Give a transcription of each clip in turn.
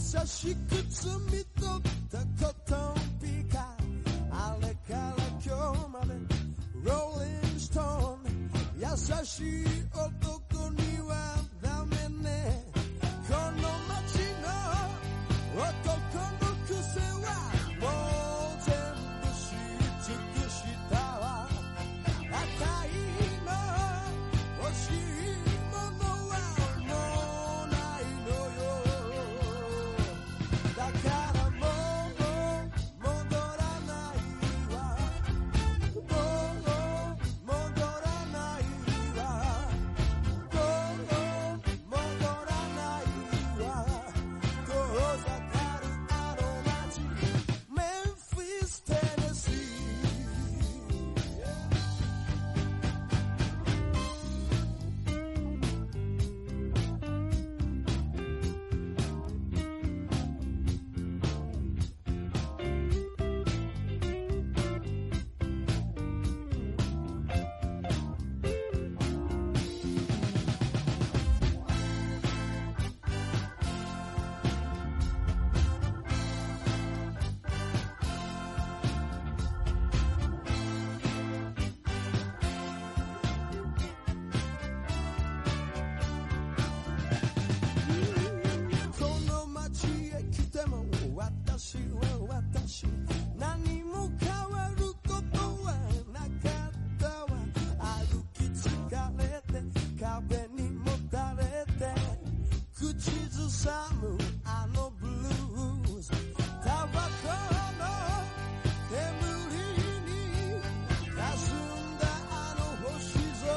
しく摘み取ったコトンピーカー、あれから今日までローリングストーン、優しい男にはダメね。この街の男の癖はもう全部知り尽くしたわ。赤いの欲しいものはもうないのよ。だからもう戻らないわ。もう戻らないわ。もう戻らないわ。遠ざかるあの街、メンフィステネシー。この街へ来ても私は私、何も変わることはなかったわ。歩き疲れて壁にもたれて口ずさむあのブルース、タバコの煙に霞んだあの星空、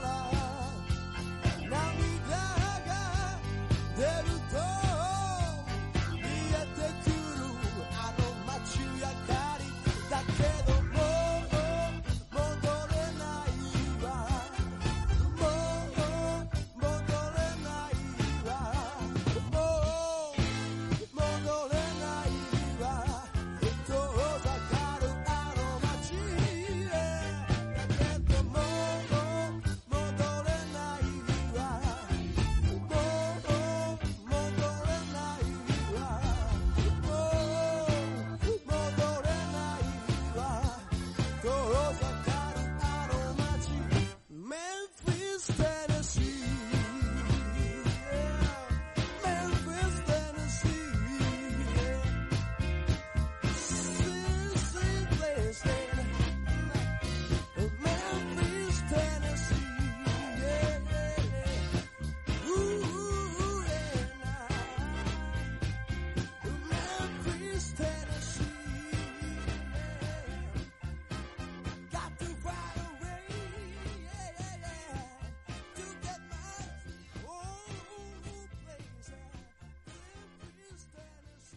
涙が出ると見えてくるあの街明かりだけど、もう戻れないわ。もう戻れないわ。もう戻れないわ。遠ざかるあの街へだけど、もう戻れないわ。もう戻れないわ。もう戻れないわ。遠ざかるあの街、メンフィステネシー。メンフィステネシー。Sweet place, Memphis, Tennessee. Ooh, yeah. Memphis, Tennessee. Got to ride away, to get my own place. Memphis, Tennessee.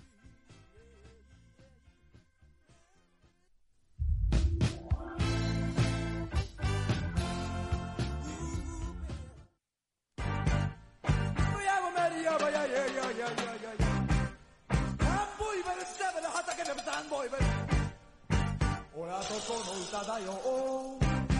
俺はそこの歌だよ。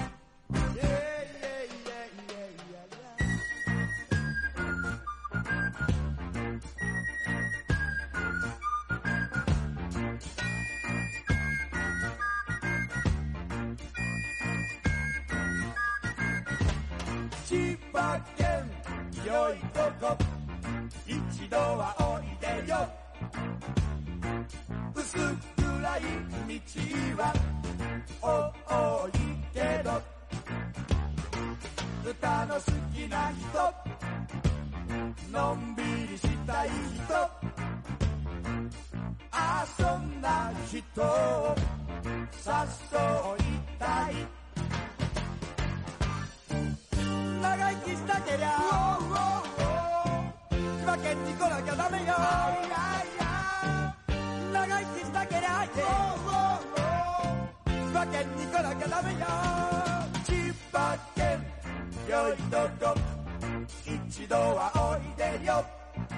千葉県良いとこ一度はおいでよ。薄暗い道は多いけど、歌の好きな人、のんびりしたい人、遊んだ人を誘いたい。長生きしたけりゃ千葉県に来なきゃダメよ。長生きしたけりゃ千葉県に来なきゃダメよ。千葉県良いとこ一度はおいでよ。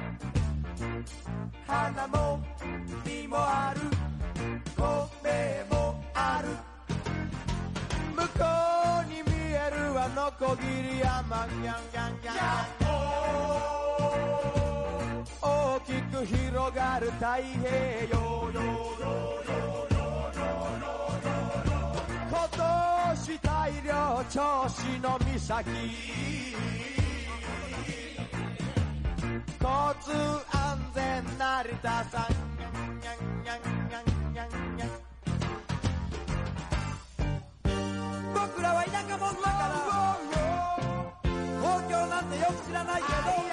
花も実もある、米もある。向こうに見えるあの小霧山、ギャンギャンギャン、大きくく広がる太平洋、今年大量銚子の岬、交通安全成田さん、僕らは田舎者だから東京なんてよく知らないけ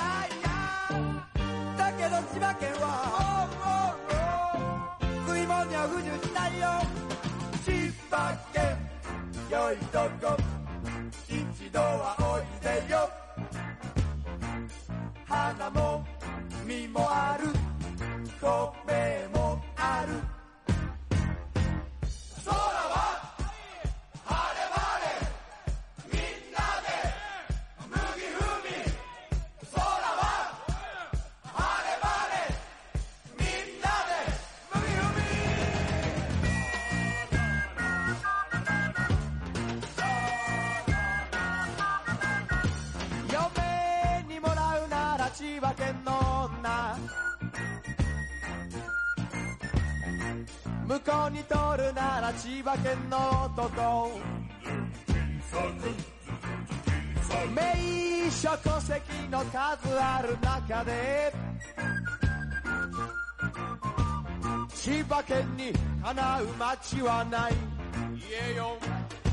ど、だけど千葉県は食い物には不自由しないよ。千葉県良いとこ一度はおいでよ。花も実もある、米もある、空は晴れ晴れ、みんなで麦踏み。空は晴れ晴れ、みんなで麦踏み。嫁にもらうなら千葉県の女、向こうに通るなら千葉県の男、名所戸籍の数ある中で千葉県にかなう町はない。言えよ。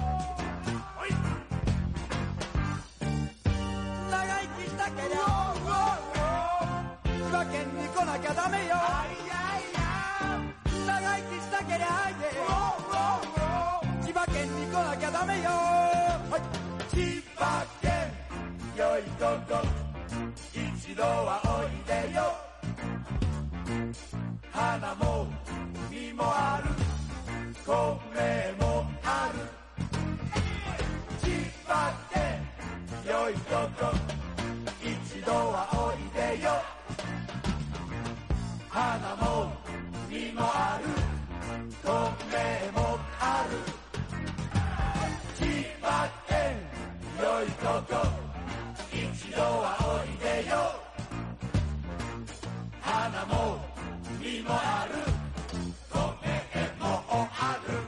長生きしたけりゃ千葉県に来なきゃダメよ。長生きしたけりゃ千葉県に来なきゃダメよ。千葉県良いとこ一度はおいでよ。花も実もある、米もある、千葉県良いとこ一度はおいでよ。花も実もある、米もある、千葉県良いとこ一度はおいでよ。花も実もある、米もある。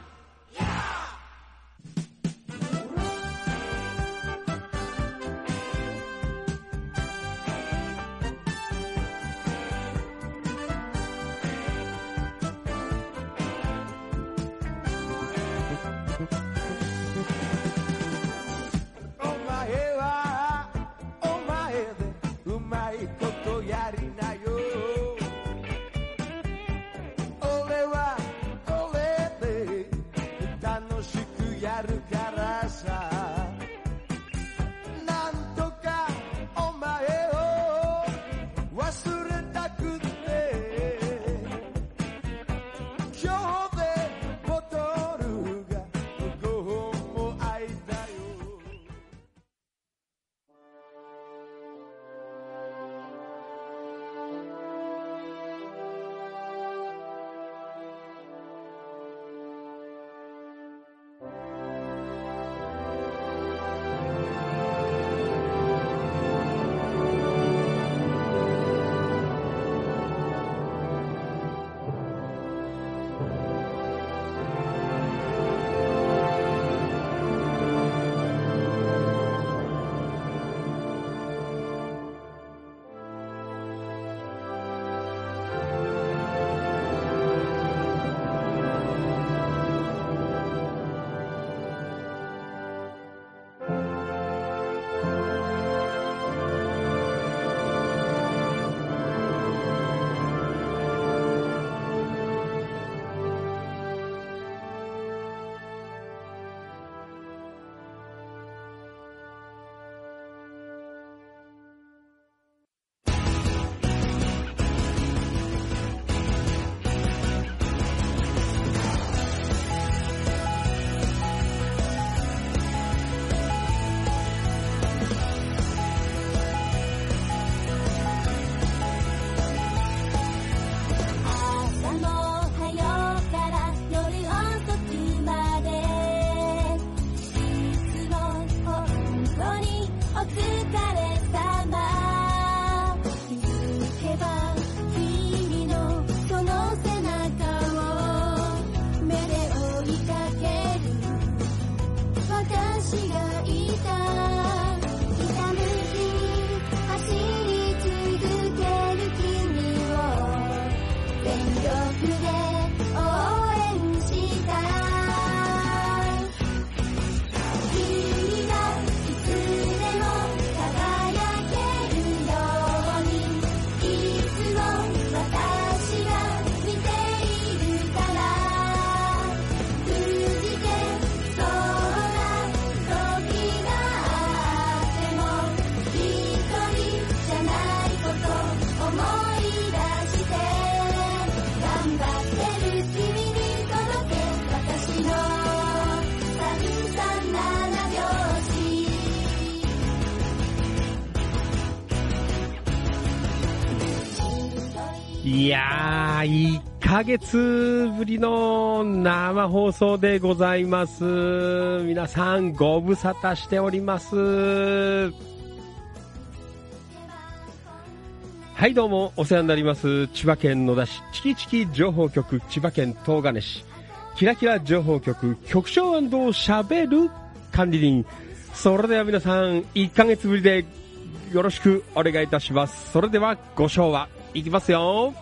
お前はお前でうまいことやりなよ。俺は俺で楽しくやるからさ。なんとかお前を忘れたくて今日でボトルが5本も開いたよ。 いやー、1ヶ月ぶりの生放送でございます。皆さんご無沙汰しております。はいどうもお世話になります。千葉県野田市チキチキ情報局千葉県東金市キラキラ情報局局長&しゃべる管理人。それでは皆さん1ヶ月ぶりでよろしくお願いいたします。それではご唱和いきますよ。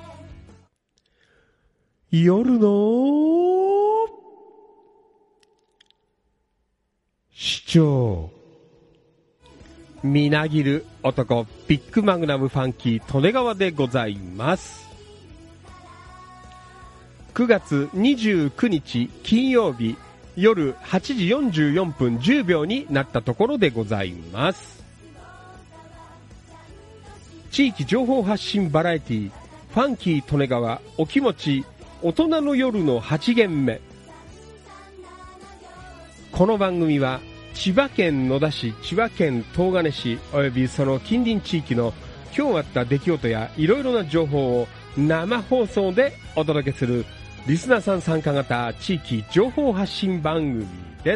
夜の市長みなぎる男ビッグマグナムファンキー利根川でございます。9月29日金曜日夜8時44分10秒になったところでございます。地域情報発信バラエティファンキー利根川お気持ち大人の夜の8限目。この番組は千葉県野田市、千葉県東金市およびその近隣地域の今日あった出来事やいろいろな情報を生放送でお届けするリスナーさん参加型地域情報発信番組です。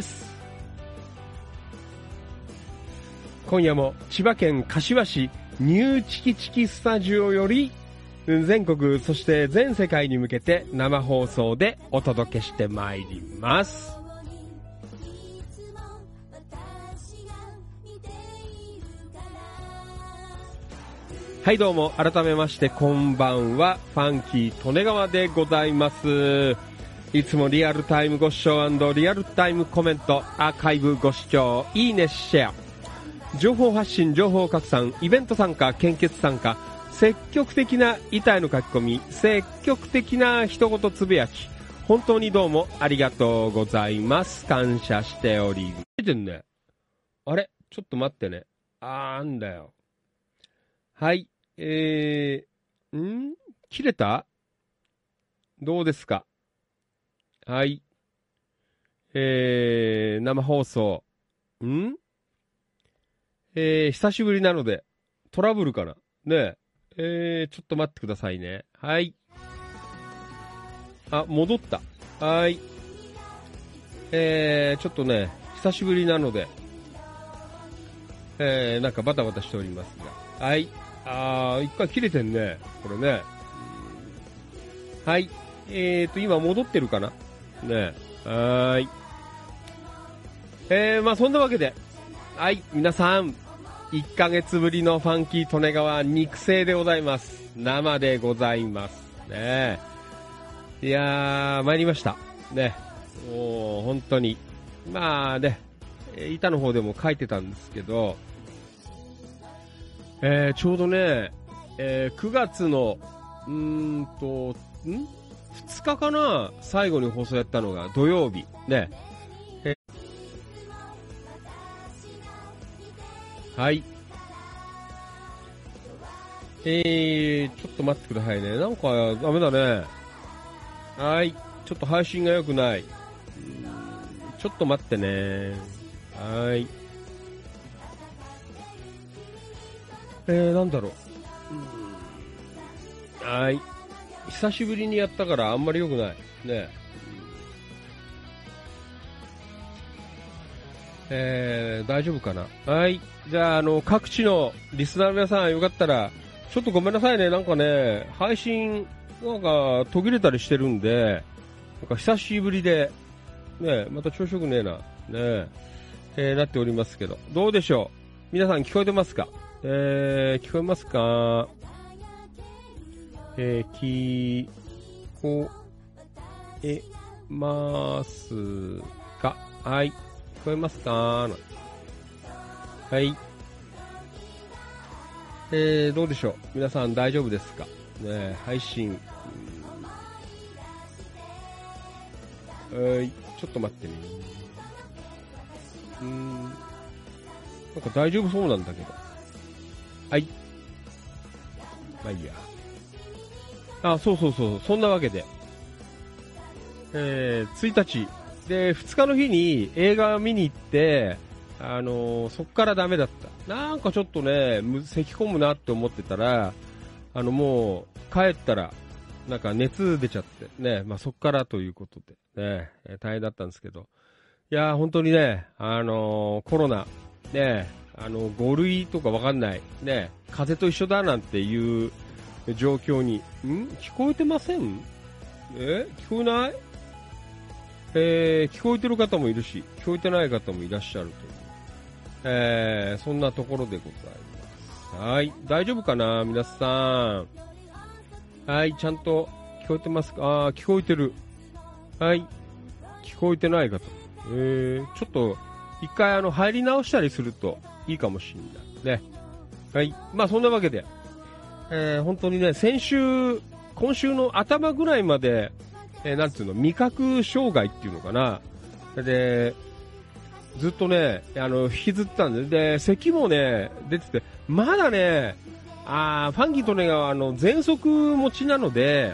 今夜も千葉県柏市ニューチキチキスタジオより全国そして全世界に向けて生放送でお届けしてまいります。はいどうも改めましてこんばんは。ファンキー利根川でございます。いつもリアルタイムご視聴&リアルタイムコメントアーカイブご視聴いいねシェア情報発信情報拡散イベント参加献血参加積極的な板への書き込み積極的な一言つぶやき本当にどうもありがとうございます。感謝しております。出てんね。あれちょっと待ってね。なんだよ。はい切れた？どうですか？はい。生放送。久しぶりなので、トラブルかな？ねえ。ちょっと待ってくださいね。はい。戻った。はい。ちょっとね、久しぶりなので、なんかバタバタしておりますが。はい。一回切れてんね。これね。はい。今戻ってるかなね。はーい。まあそんなわけで、はい、皆さん、1ヶ月ぶりのファンキー利根川肉声でございます。生でございます。ね。いやー、参りました。ね。もう、本当に。まあね、板の方でも書いてたんですけど、ちょうどね、9月の、2日かな最後に放送やったのが土曜日。ね。はい。ちょっと待ってくださいね。なんかダメだね。はい。ちょっと配信が良くない。ちょっと待ってね。はい。なんだろう。はい。久しぶりにやったからあんまり良くない。ね。大丈夫かな。はい。じゃあ、各地のリスナーの皆さんよかったら、ちょっとごめんなさいね。なんかね、配信、なんか途切れたりしてるんで、なんか久しぶりで、ね、また調子よくねえな。ねなっておりますけど。どうでしょう？皆さん聞こえてますか？聞こえますか？聞こえますか？はい。聞こえますか？はい。どうでしょう？皆さん大丈夫ですか？ね、配信。はい。ちょっと待ってね。なんか大丈夫そうなんだけど。はい。まあいいや。そう。そんなわけで。1日。で、2日の日に映画見に行って、そっからダメだった。なんかちょっとね、咳込むなって思ってたら、もう、帰ったら、 なんか熱出ちゃって、ね、まあそっからということで、ね、大変だったんですけど、いやー本当にね、コロナ、ね、5類とかわかんない、ね、風邪と一緒だなんていう状況に、聞こえてません？聞こえない？聞こえてる方もいるし、聞こえてない方もいらっしゃるという、そんなところでございます。はい、大丈夫かな皆さん。はい、ちゃんと聞こえてますか？聞こえてる。はい、聞こえてない方。ちょっと、一回入り直したりするといいかもしれないね。はい、まあそんなわけで、本当にね、今週の頭ぐらいまで、なんていうの、味覚障害っていうのかな。で、ずっとね、引きずってたんで、で、咳もね、出てて、まだね、ファンキーとねが喘息持ちなので、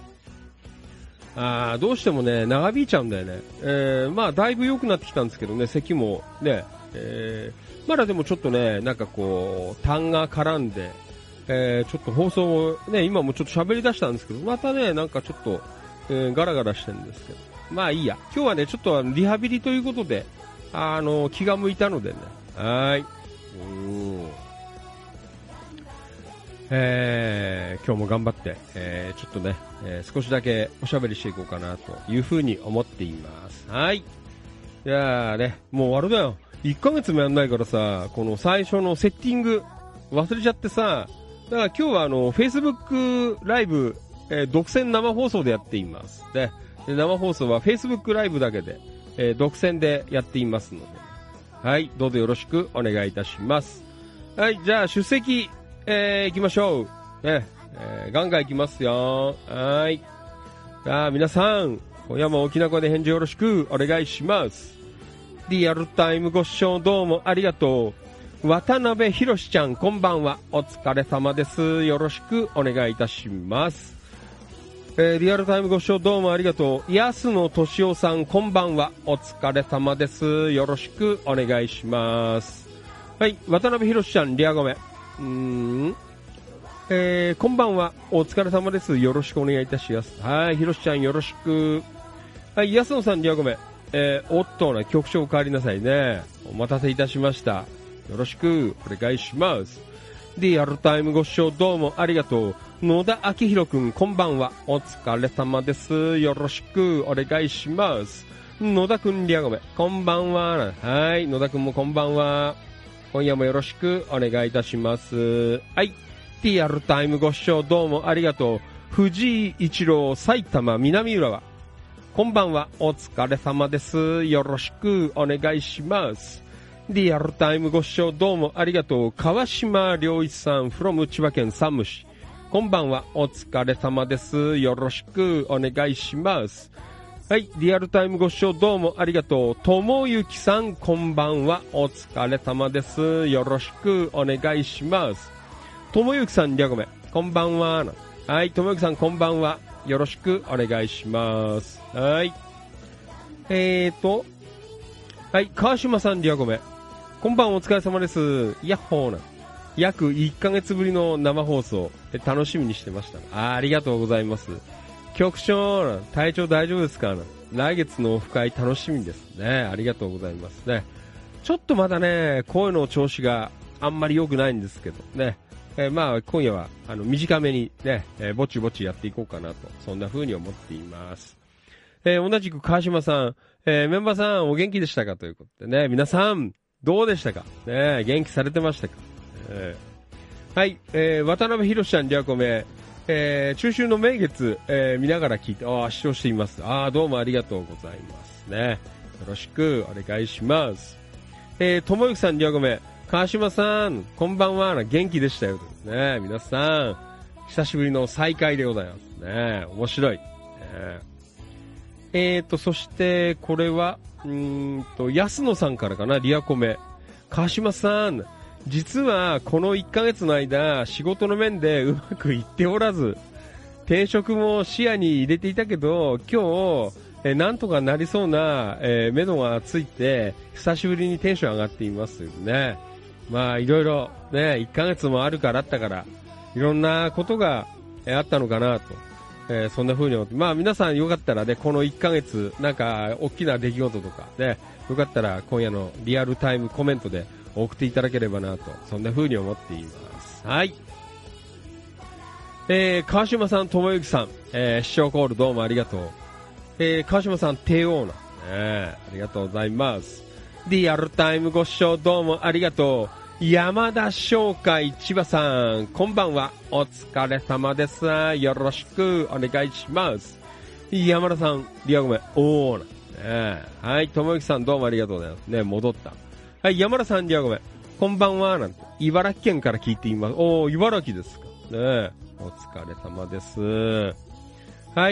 どうしてもね、長引いちゃうんだよね。まあ、だいぶ良くなってきたんですけどね、咳もね、まだでもちょっとね、なんかこう、痰が絡んで、ちょっと放送をね、今もちょっと喋り出したんですけど、またね、なんかちょっと、ガラガラしてるんですけど、まあいいや。今日はね、ちょっとリハビリということで、気が向いたのでね、今日も頑張って、ちょっとね、少しだけおしゃべりしていこうかなというふうに思っています。はい。いやーね、もうあれだよ。1ヶ月もやんないからさ、この最初のセッティング忘れちゃってさ、だから今日はFacebook ライブ、独占生放送でやっています。で、生放送は Facebook ライブだけで、独占でやっていますので、はい、どうぞよろしくお願いいたします。はい、じゃあ出席、行きましょう。ね、ガンガン行きますよ。はい。じゃあ皆さん、今夜も大きな声で返事よろしくお願いします。リアルタイムご視聴どうもありがとう。渡辺ひろしちゃん、こんばんは。お疲れ様です。よろしくお願いいたします。リアルタイムご視聴どうもありがとう。安野俊夫さん、こんばんは。お疲れ様です。よろしくお願いします。はい、渡辺ひろしちゃん、リアゴメ。こんばんは。お疲れ様です。よろしくお願いいたします。はい、ひろしちゃんよろしく。はい、安野さん、リアゴメ。おっとね、局長お帰りなさいね。お待たせいたしました。よろしくお願いします。リアルタイムご視聴どうもありがとう。野田明宏くん、こんばんは。お疲れ様です。よろしくお願いします。野田くん、リアゴメ。こんばんは。はい、野田くんもこんばんは。今夜もよろしくお願いいたします。はい。リアルタイムご視聴どうもありがとう。藤井一郎、埼玉南浦和。こんばんは。お疲れ様です。よろしくお願いします。リアルタイムご視聴どうもありがとう。川島良一さん from 千葉県山武市。こんばんは。お疲れ様です。よろしくお願いします。はい。リアルタイムご視聴どうもありがとう。ともゆきさん、こんばんは。お疲れ様です。よろしくお願いします。ともゆきさん、りゃごめ。こんばんは。はい。ともゆきさん、こんばんは。よろしくお願いします。はい。はい。川島さん、りゃごめ。こんばんお疲れ様です。やっほーな。約1ヶ月ぶりの生放送、楽しみにしてました。ありがとうございます。局長、体調大丈夫ですか？来月のオフ会楽しみですね。ありがとうございますね。ちょっとまだね、声の調子があんまり良くないんですけどね。まあ今夜は短めにね、ぼちぼちやっていこうかなと、そんな風に思っています。同じく川島さん、メンバーさんお元気でしたかということでね、皆さんどうでしたかね、元気されてましたか？はい、渡辺博ちゃん、りゃこめ。中秋の名月、見ながら聞いて、視聴しています。どうもありがとうございますね。よろしくお願いします。ともゆきさん、りゃごめ。川島さん、こんばんは。元気でしたよ。ね、皆さん、久しぶりの再会でございますね。面白い。そして、これは、安野さんからかな、リアコメ。川島さん、実はこの1ヶ月の間仕事の面でうまくいっておらず、転職も視野に入れていたけど、今日なんとかなりそうな目処がついて久しぶりにテンション上がっていますよね。まあいろいろね、1ヶ月もあったからいろんなことがあったのかなとそんな風に思って、まあ皆さんよかったらね、この1ヶ月、なんか、大きな出来事とかね、よかったら今夜のリアルタイムコメントで送っていただければなと、そんな風に思っています。はい。川島さん、ともゆきさん、視聴コールどうもありがとう。川島さん、帝王な、ありがとうございます。リアルタイムご視聴どうもありがとう。山田商会千葉さん、こんばんは。お疲れ様です。よろしくお願いします。山田さん、リアごめん。おーな。はい、ともゆきさんどうもありがとうございます。ね、戻った。はい、山田さん、リアごめん。こんばんは。なんて、茨城県から聞いています。おー、茨城ですか。ね、お疲れ様です。はい、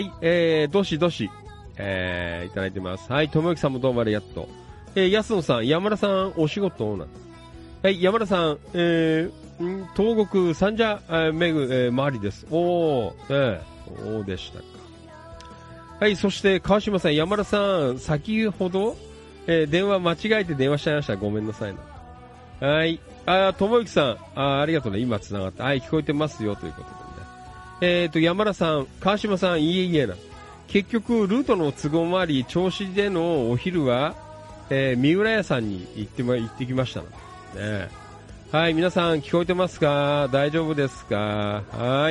どしどし、いただいてます。はい、ともゆきさんもどうもありがとう。安野さん、山田さん、お仕事なんて。はい、山田さん、東国三社めぐ、周りです。おー、そうでしたか。はい、そして川島さん、山田さん、先ほど、電話間違えて電話しちゃいました。ごめんなさいな。はい、ともゆきさん、ありがとうね、今繋がった。はい、聞こえてますよ、ということでね。山田さん、川島さん、いえいえな。結局、ルートの都合もあり、銚子でのお昼は、三浦屋さんに行ってきましたな。ね、はい、皆さん聞こえてますか？大丈夫ですか？はい。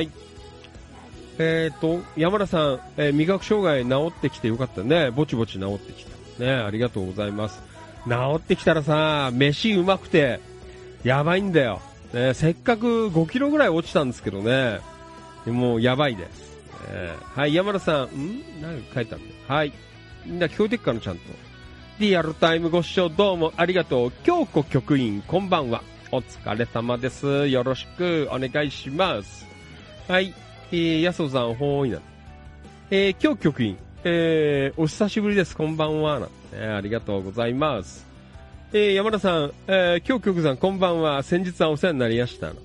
山田さん、味覚障害治ってきてよかったね。ぼちぼち治ってきた。ね、ありがとうございます。治ってきたらさ、飯うまくて、やばいんだよ。ね、せっかく5キロぐらい落ちたんですけどね。もうやばいです。はい、山田さん、何か書いてあるんだよ。はい。みんな聞こえてっかな、ちゃんと。リアルタイムご視聴どうもありがとう。京子局員、こんばんは。お疲れ様です。よろしくお願いします。はい。安尾さん、ほーいな。京子局員、お久しぶりです。こんばんは。ありがとうございます。山田さん、京子局さん、こんばんは。先日はお世話になりました。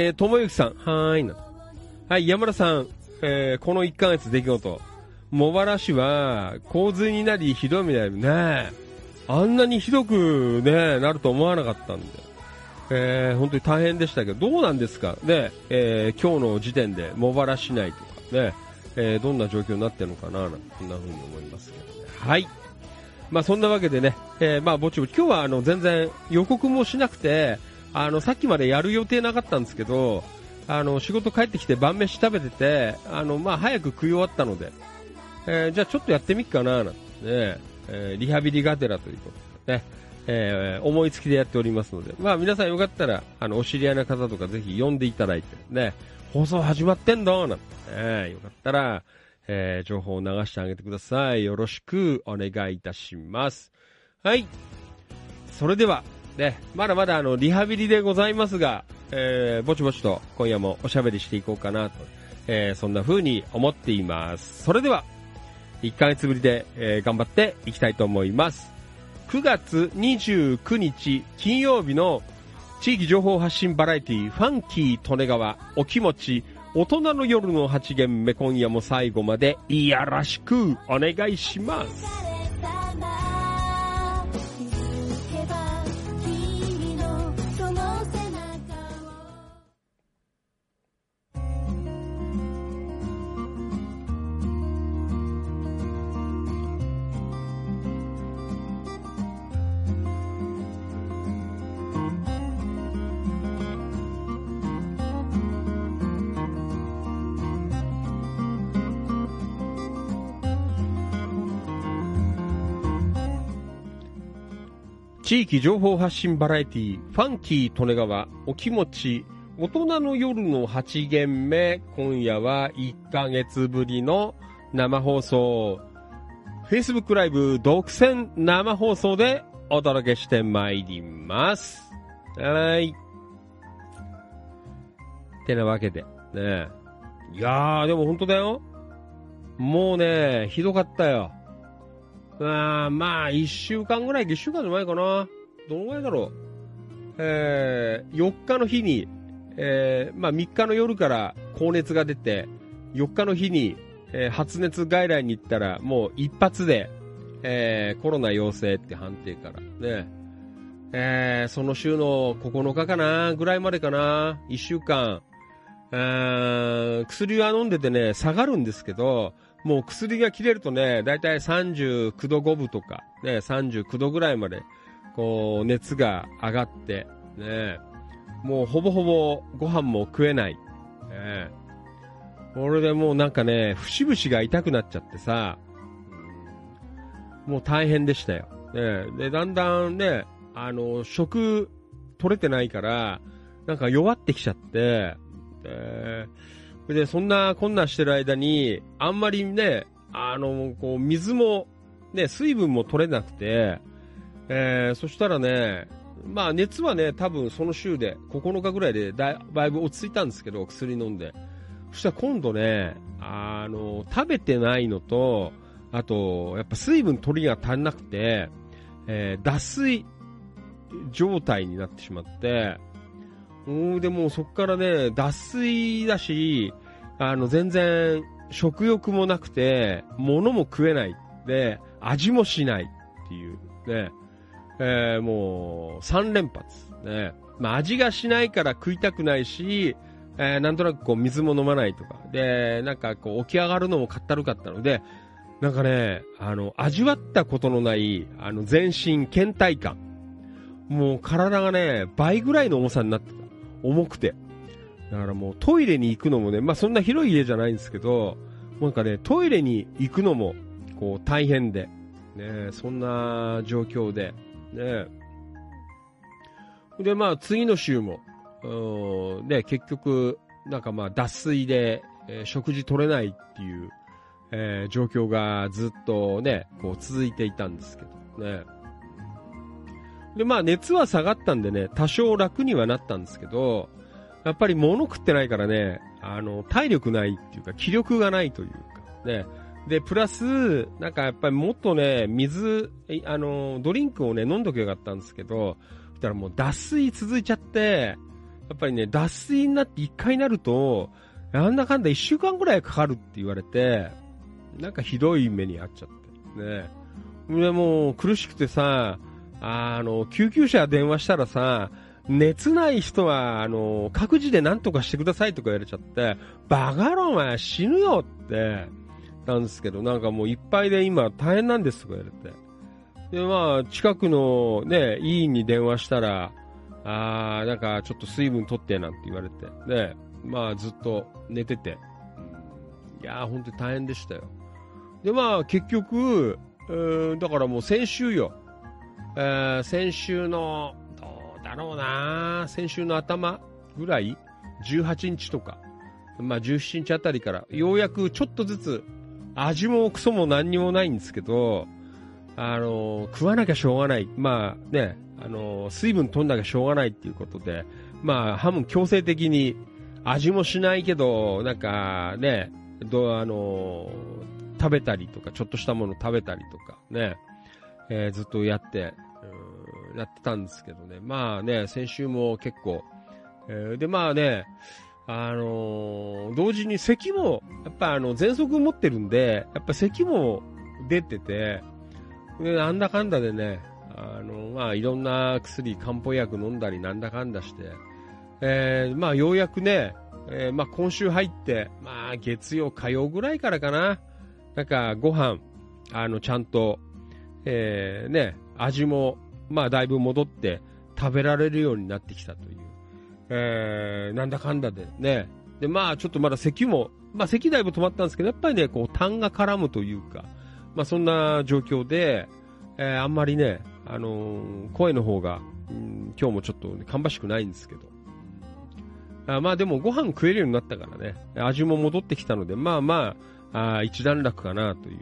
ともゆきさん、はーいな。はい、山田さん、この1ヶ月出来事。茂原市は洪水になりひどい目だよね。あんなにひどくね、なると思わなかったんで。本当に大変でしたけど、どうなんですかね、今日の時点で茂原市内とかね、どんな状況になってるのかな、なんてそんな風に思いますけどね。はい。まあそんなわけでね、まあぼちぼち、今日は全然予告もしなくて、さっきまでやる予定なかったんですけど、仕事帰ってきて晩飯食べてて、まあ早く食い終わったので、じゃあちょっとやってみっかな、なんてね、リハビリがてらということでね、思いつきでやっておりますので、まあ皆さんよかったら、お知り合いの方とかぜひ呼んでいただいて、ね、放送始まってんだ、なんて、よかったら、情報を流してあげてください。よろしくお願いいたします。はい。それでは、ね、まだまだリハビリでございますが、ぼちぼちと今夜もおしゃべりしていこうかなと、そんな風に思っています。それでは、1ヶ月ぶりで、頑張っていきたいと思います。9月29日金曜日の地域情報発信バラエティファンキー利根川お気持ち大人の夜の8限目、今夜も最後までいやらしくお願いします。地域情報発信バラエティファンキー利根川お気持ち大人の夜の8限目、今夜は1ヶ月ぶりの生放送 Facebook ライブ独占生放送でお届けしてまいります。はい。てなわけでね、いやーでも本当だよ、もうねひどかったよ。まあ、1週間ぐらい、1週間の前かな。どのぐらいだろう。4日の日に、まあ3日の夜から高熱が出て、4日の日に、発熱外来に行ったら、もう一発で、コロナ陽性って判定からね。その週の9日かなぐらいまでかな。1週間、 薬は飲んでてね、下がるんですけど、もう薬が切れるとね、だいたい39度5分とか、ね、39度ぐらいまで、こう、熱が上がって、ね、もうほぼほぼご飯も食えない。ね、これでもうなんかね、節々が痛くなっちゃってさ、もう大変でしたよ。ね、で、だんだんね、食取れてないから、なんか弱ってきちゃって、で、そんなこんなしてる間に、あんまりね、こう、水も、ね、水分も取れなくて、そしたらね、まあ熱はね、多分その週で、9日ぐらいでだいぶ落ち着いたんですけど、薬飲んで。そしたら今度ね、食べてないのと、あと、やっぱ水分取りが足んなくて、脱水状態になってしまって、でもそっからね、脱水だし、全然食欲もなくて、物も食えない。で、味もしないっていうね、もう3連発。ね。まあ味がしないから食いたくないし、なんとなくこう水も飲まないとか。で、なんかこう起き上がるのもかったるかったので、なんかね、味わったことのない、全身倦怠感。もう体がね、倍ぐらいの重さになってた。重くて。だからもうトイレに行くのもね、まあそんな広い家じゃないんですけど、なんかね、トイレに行くのも、こう大変で、ね、そんな状況で、ね。で、まあ次の週も、ね、結局、なんかまあ脱水で、食事取れないっていう、状況がずっとね、こう続いていたんですけどね。で、まあ熱は下がったんでね、多少楽にはなったんですけど、やっぱり物食ってないからね、体力ないっていうか、気力がないというか、ね。で、プラス、なんかやっぱりもっとね、水、ドリンクをね、飲んどけばよかったんですけど、そしたらもう脱水続いちゃって、やっぱりね、脱水になって1回になると、なんだかんだ1週間ぐらいかかるって言われて、なんかひどい目に遭っちゃって。ね。で、もう苦しくてさ、救急車電話したらさ、熱ない人は、各自で何とかしてくださいとか言われちゃって、バカ野郎お前死ぬよって、なんですけど、なんかもういっぱいで今大変なんですとか言われて。で、まあ、近くのね、医院に電話したら、なんかちょっと水分取ってなんて言われて、ね、まあずっと寝てて。いやー、ほんと大変でしたよ。で、まあ結局、だからもう先週よ。先週の、どうだろうな、先週の頭ぐらい ?18 日とか。まあ17日あたりから、ようやくちょっとずつ、味もクソも何にもないんですけど、食わなきゃしょうがない。まあね、水分取んなきゃしょうがないっていうことで、まあ、半分強制的に味もしないけど、なんかね、食べたりとか、ちょっとしたもの食べたりとかね、ずっとやってたんですけどね。まあね、先週も結構、でまあね、同時に咳も、やっぱ喘息持ってるんで、やっぱ咳も出てて、でなんだかんだでね、まあいろんな薬、漢方薬飲んだりなんだかんだして、まあようやくね、まあ今週入って、まあ月曜、火曜ぐらいからかな、なんかご飯、ちゃんと、ね、味も、まあだいぶ戻って食べられるようになってきたという、なんだかんだでね。で、まあちょっとまだ咳も、まあ咳だいぶ止まったんですけど、やっぱりね、こう痰が絡むというか、まあそんな状況で、あんまりね、声の方が、今日もちょっと芳しくないんですけど。まあでもご飯食えるようになったからね、味も戻ってきたので、まあまあ、一段落かなという、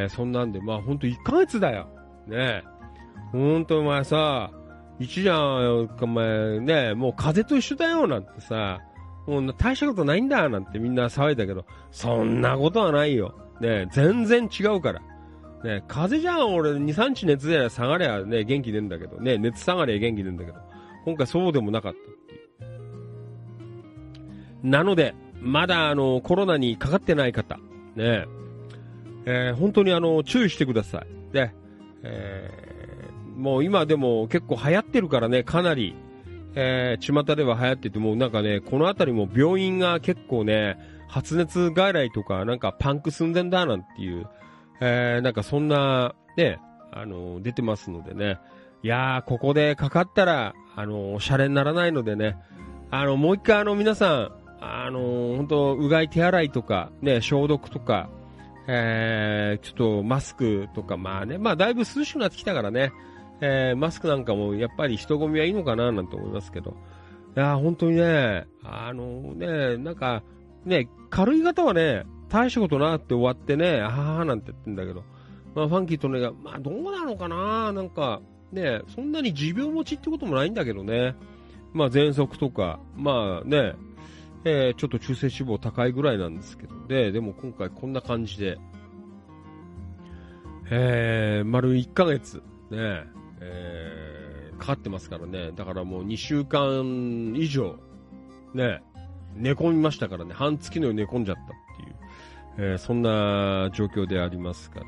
そんなんで、まあほんと1ヶ月だよ。ね。ほんとお前さ、一じゃん、お前ね、もう風邪と一緒だよなんてさ、もう大したことないんだなんてみんな騒いだけど、そんなことはないよ。ね、全然違うから。ね、風邪じゃん、俺2、3日熱で下がりゃね、元気出んだけど、ね、熱下がりゃ元気出んだけど、今回そうでもなかったっていう。なので、まだコロナにかかってない方、ね、本当に注意してください。で、もう今でも結構流行ってるからね、かなり、 巷では流行ってて、もうなんかね、この辺りも病院が結構ね、発熱外来とか、なんかパンク寸前だなんていう、なんかそんな、ね、出てますのでね。いやー、ここでかかったら、シャレにならないのでね、もう一回皆さん、本当うがい手洗いとか、ね、消毒とか、ちょっとマスクとか、まあね、まあだいぶ涼しくなってきたからね、マスクなんかもやっぱり人混みはいいのかななんて思いますけど。いやー、本当にね、なんか、ね、軽い方はね、大したことなって終わってね、あーなんて言ってんだけど、まあファンキーとねが、まあどうなのかな、なんか、ね、そんなに持病持ちってこともないんだけどね。まあ喘息とか、まあね、ちょっと中性脂肪高いぐらいなんですけど、でも今回こんな感じで、丸1ヶ月、ね、かかってますからね。だからもう2週間以上、ね、寝込みましたからね。半月のように寝込んじゃったっていう、そんな状況でありますから。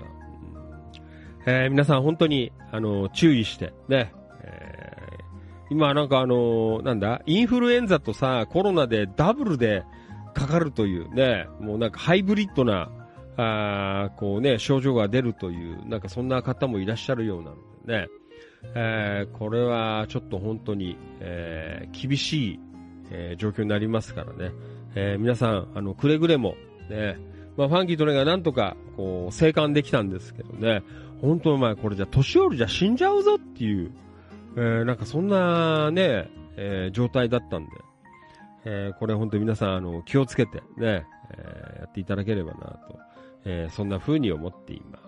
皆さん本当に、注意して、ね、今なんかなんだ、インフルエンザとさ、コロナでダブルでかかるというね、もうなんかハイブリッドな、こうね、症状が出るという、なんかそんな方もいらっしゃるようなのでね、これはちょっと本当に、厳しい、状況になりますからね、皆さん、くれぐれも、ね、まあファンキーとねがなんとか、こう、生還できたんですけどね、本当お前これじゃ年寄りじゃ死んじゃうぞっていう、なんかそんなね、状態だったんで、これ本当に皆さん気をつけてね、やっていただければなと、そんな風に思っています。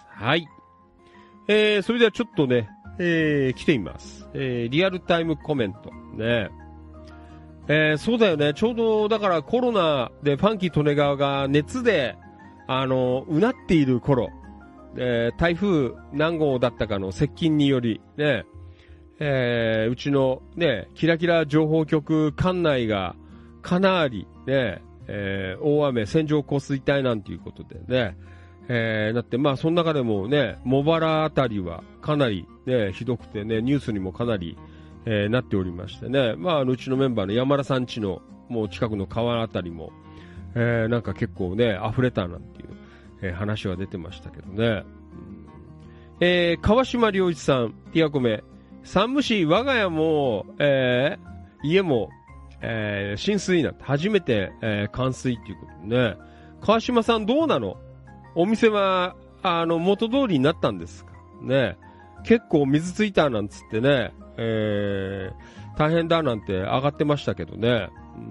はい。それではちょっとね、来ています。リアルタイムコメントね。そうだよね。ちょうどだからコロナでファンキー利根川が熱でうなっている頃、台風何号だったかの接近によりね。うちのね、キラキラ情報局管内がかなりね、大雨、線状降水帯なんていうことでね、だってまあその中でもね、茂原あたりはかなりね、ひどくてね、ニュースにもかなり、なっておりましてね、まあうちのメンバーの山田さん家のもう近くの川あたりも、なんか結構ね、溢れたなんていう、話は出てましたけどね。川島良一さん、ティアコメ、山武市我が家も、家も、浸水になって初めて、冠水っていうことでね。川島さんどうなの？お店は、元通りになったんですかね。結構水ついたなんつってね、大変だなんて上がってましたけどね。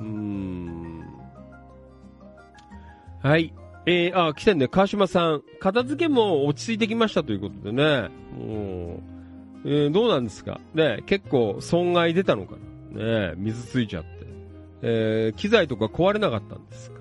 はい。来てんね。川島さん。片付けも落ち着いてきましたということでね。どうなんですかね、結構損害出たのかなね、水ついちゃって。機材とか壊れなかったんですか。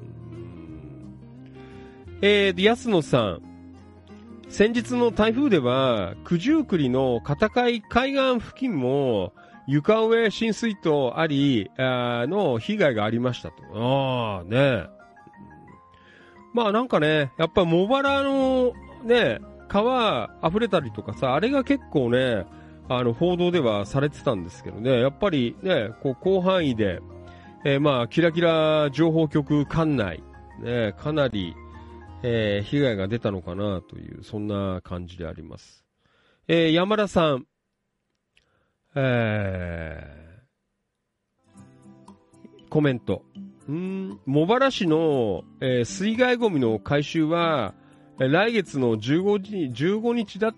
安野さん。先日の台風では、九十九里の片海海岸付近も床上浸水とあり、の被害がありましたと。ね。まあなんかね、やっぱ茂原のね、川溢れたりとかさ、あれが結構ね、報道ではされてたんですけどね、やっぱりね、こう広範囲で、まあキラキラ情報局管内、ね、かなり、被害が出たのかなという、そんな感じであります。山田さん、コメント。茂原市の、水害ゴミの回収は、来月の15日だった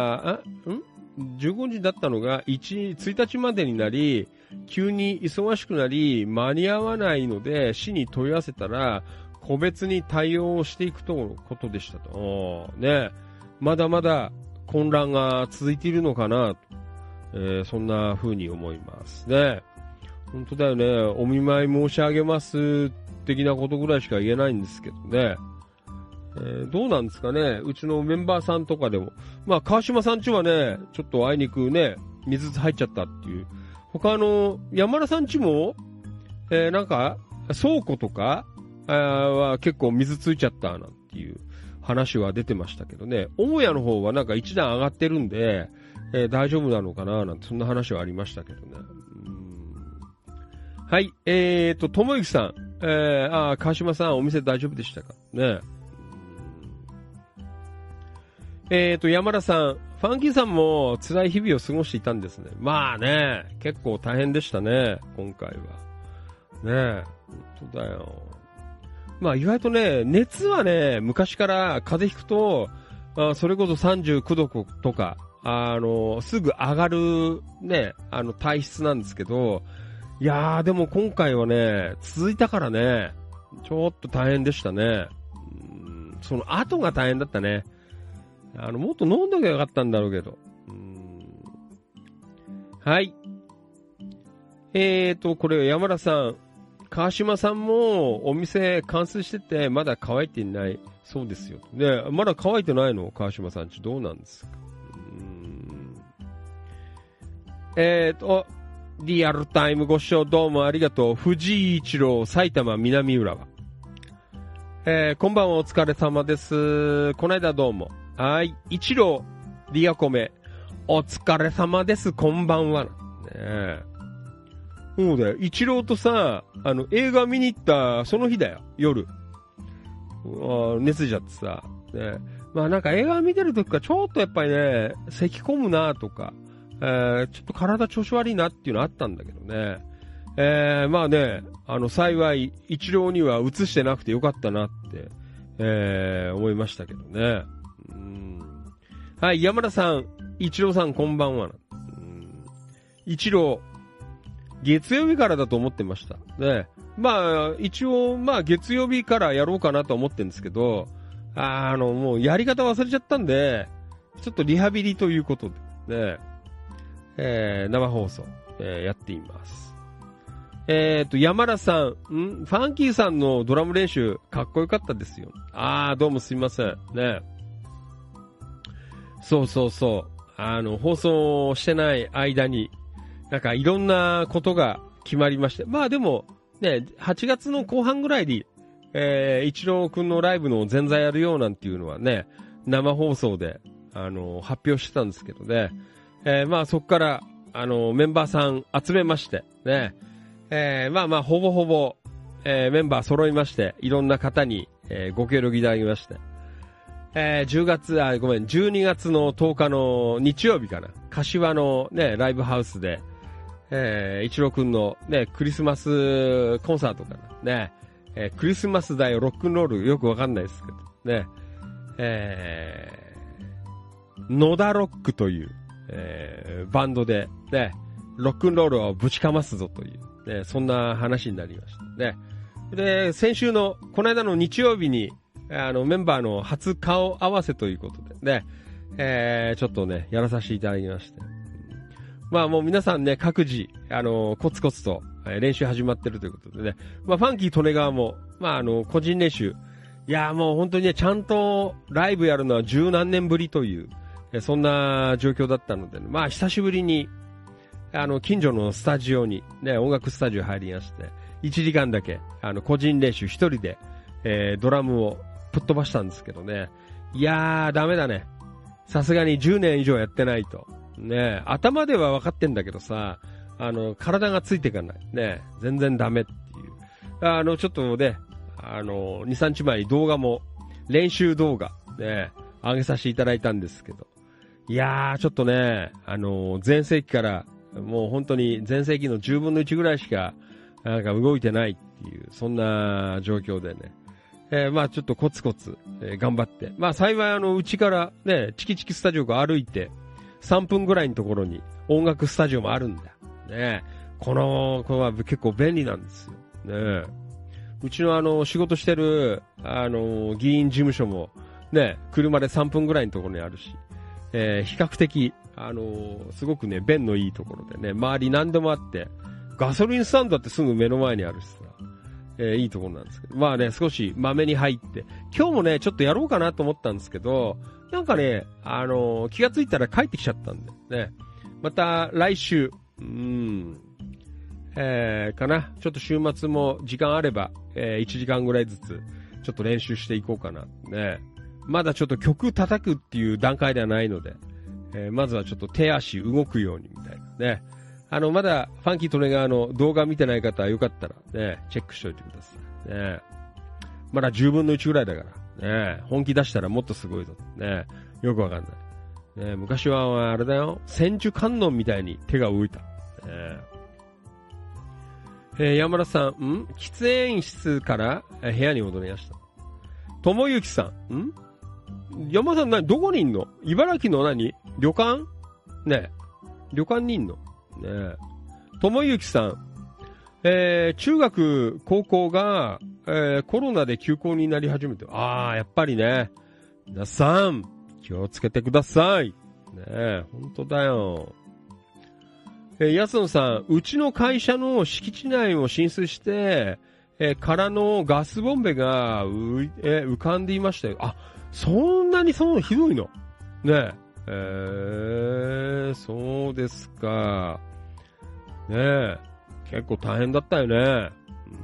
、15日だったのが1日までになり、急に忙しくなり、間に合わないので、市に問い合わせたら、個別に対応していくとのことでしたと。ね、まだまだ混乱が続いているのかなと、そんな風に思いますね。本当だよね。お見舞い申し上げます的なことぐらいしか言えないんですけどね。どうなんですかね。うちのメンバーさんとかでも。まあ、川島さん家はね、ちょっとあいにくね、水入っちゃったっていう。他山田さん家も、なんか、倉庫とか、は結構水ついちゃったなんていう話は出てましたけどね。母屋の方はなんか一段上がってるんで、大丈夫なのかななんて、そんな話はありましたけどね。 はい、ともゆきさん、川島さん、お店大丈夫でしたかね。山田さん、ファンキーさんも辛い日々を過ごしていたんですね。まあね、結構大変でしたね、今回は。ねえ、本当だよ。まあ意外とね、熱はね、昔から風邪ひくと、それこそ39度とか、すぐ上がるね、体質なんですけど、いやーでも今回はね、続いたからね、ちょっと大変でしたね。その後が大変だったね。もっと飲んどきゃよかったんだろうけど。はい。これ山田さん、川島さんもお店完成しててまだ乾いていないそうですよ。で、まだ乾いてないの川島さんちどうなんですか。リアルタイムご視聴どうもありがとう。藤井一郎、埼玉南浦和。こんばんはお疲れ様です。この間どうも。はい。一郎、リアコメ。お疲れ様です。こんばんは。ねえ。そうだよ。一郎とさ、映画見に行ったその日だよ。夜。熱出ちゃってさ。ね。まあなんか映画見てる時からちょっとやっぱりね、咳込むなとか、ちょっと体調子悪いなっていうのあったんだけどね。まあね、幸い、一郎には映してなくてよかったなって、思いましたけどね。はい、山田さん、一郎さんこんばんは。一郎、月曜日からだと思ってました。ね。まあ、一応、まあ月曜日からやろうかなと思ってるんですけど、もうやり方忘れちゃったんで、ちょっとリハビリということで、ね、生放送、やっています。山田さん、ファンキーさんのドラム練習、かっこよかったですよ。どうもすいません。ね。そうそうそう。放送してない間に、なんかいろんなことが決まりまして。まあでも、ね、8月の後半ぐらいに、一郎くんのライブの前座やるようなんていうのはね、生放送で、発表してたんですけどね。まあそっから、メンバーさん集めまして、ね。まあまあ、ほぼほぼ、メンバー揃いまして、いろんな方に、ご協力いただきまして。12月の10日の日曜日かな。柏のね、ライブハウスで、一郎くんのね、クリスマスコンサートかな。ね、クリスマスだよ、ロックンロール、よくわかんないですけど、ね、野田ロックという、バンドで、ね、ロックンロールをぶちかますぞという、ね、そんな話になりました。ね。で、先週の、この間の日曜日に、メンバーの初顔合わせということで、ね、ちょっとね、やらさせていただきまして。まあもう皆さんね、各自、コツコツと、練習始まってるということでね。まあファンキー利根川も、まあ個人練習。いやもう本当にね、ちゃんとライブやるのは十何年ぶりという、そんな状況だったので、ね、まあ久しぶりに、近所のスタジオに、ね、音楽スタジオ入りまして、1時間だけ、個人練習一人で、ドラムをぶっ飛ばしたんですけどね。いやー、ダメだね。さすがに10年以上やってないと。ね、頭では分かってんだけどさ、体がついていかない。ね、全然ダメっていう。ちょっとね、2、3日前に動画も、練習動画、ね、上げさせていただいたんですけど。いやー、ちょっとね、前世紀から、もう本当に前世紀の10分の1ぐらいしか、なんか動いてないっていう、そんな状況でね。まあちょっとコツコツ、頑張って。まあ幸いうちからね、チキチキスタジオが歩いて、3分ぐらいのところに音楽スタジオもあるんだ。ね。これは結構便利なんですよ。ね。うちの仕事してる、議員事務所も、ね、車で3分ぐらいのところにあるし、比較的、すごくね、便のいいところでね、周り何でもあって、ガソリンスタンドだってすぐ目の前にあるしさ、いいところなんですけど、まあね、少しまめに入って、今日もね、ちょっとやろうかなと思ったんですけど、なんかね、気がついたら帰ってきちゃったんで、ね、また来週、かな、ちょっと週末も時間あれば、1時間ぐらいずつ、ちょっと練習していこうかな、ね。まだちょっと曲叩くっていう段階ではないので、まずはちょっと手足動くようにみたいなね。 まだファンキートネガーの動画見てない方はよかったらね、チェックしておいてください。ね。まだ10分の1ぐらいだから。ね。本気出したらもっとすごいぞ。ね。よくわかんない。ね。昔はあれだよ。千手観音みたいに手が動いた。山田さん、喫煙室から部屋に戻りました。ともゆきさん、山田さんどこにいんの？茨城の旅館？ね。旅館にいんの？ね。ともゆきさん、中学、高校が、コロナで休校になり始めて、やっぱりね。皆さん、気をつけてください。ね、本当だよ。安野さん、うちの会社の敷地内を浸水して、空のガスボンベが浮かんでいましたよ。そんなにひどいのね。そうですか。ね、結構大変だったよね。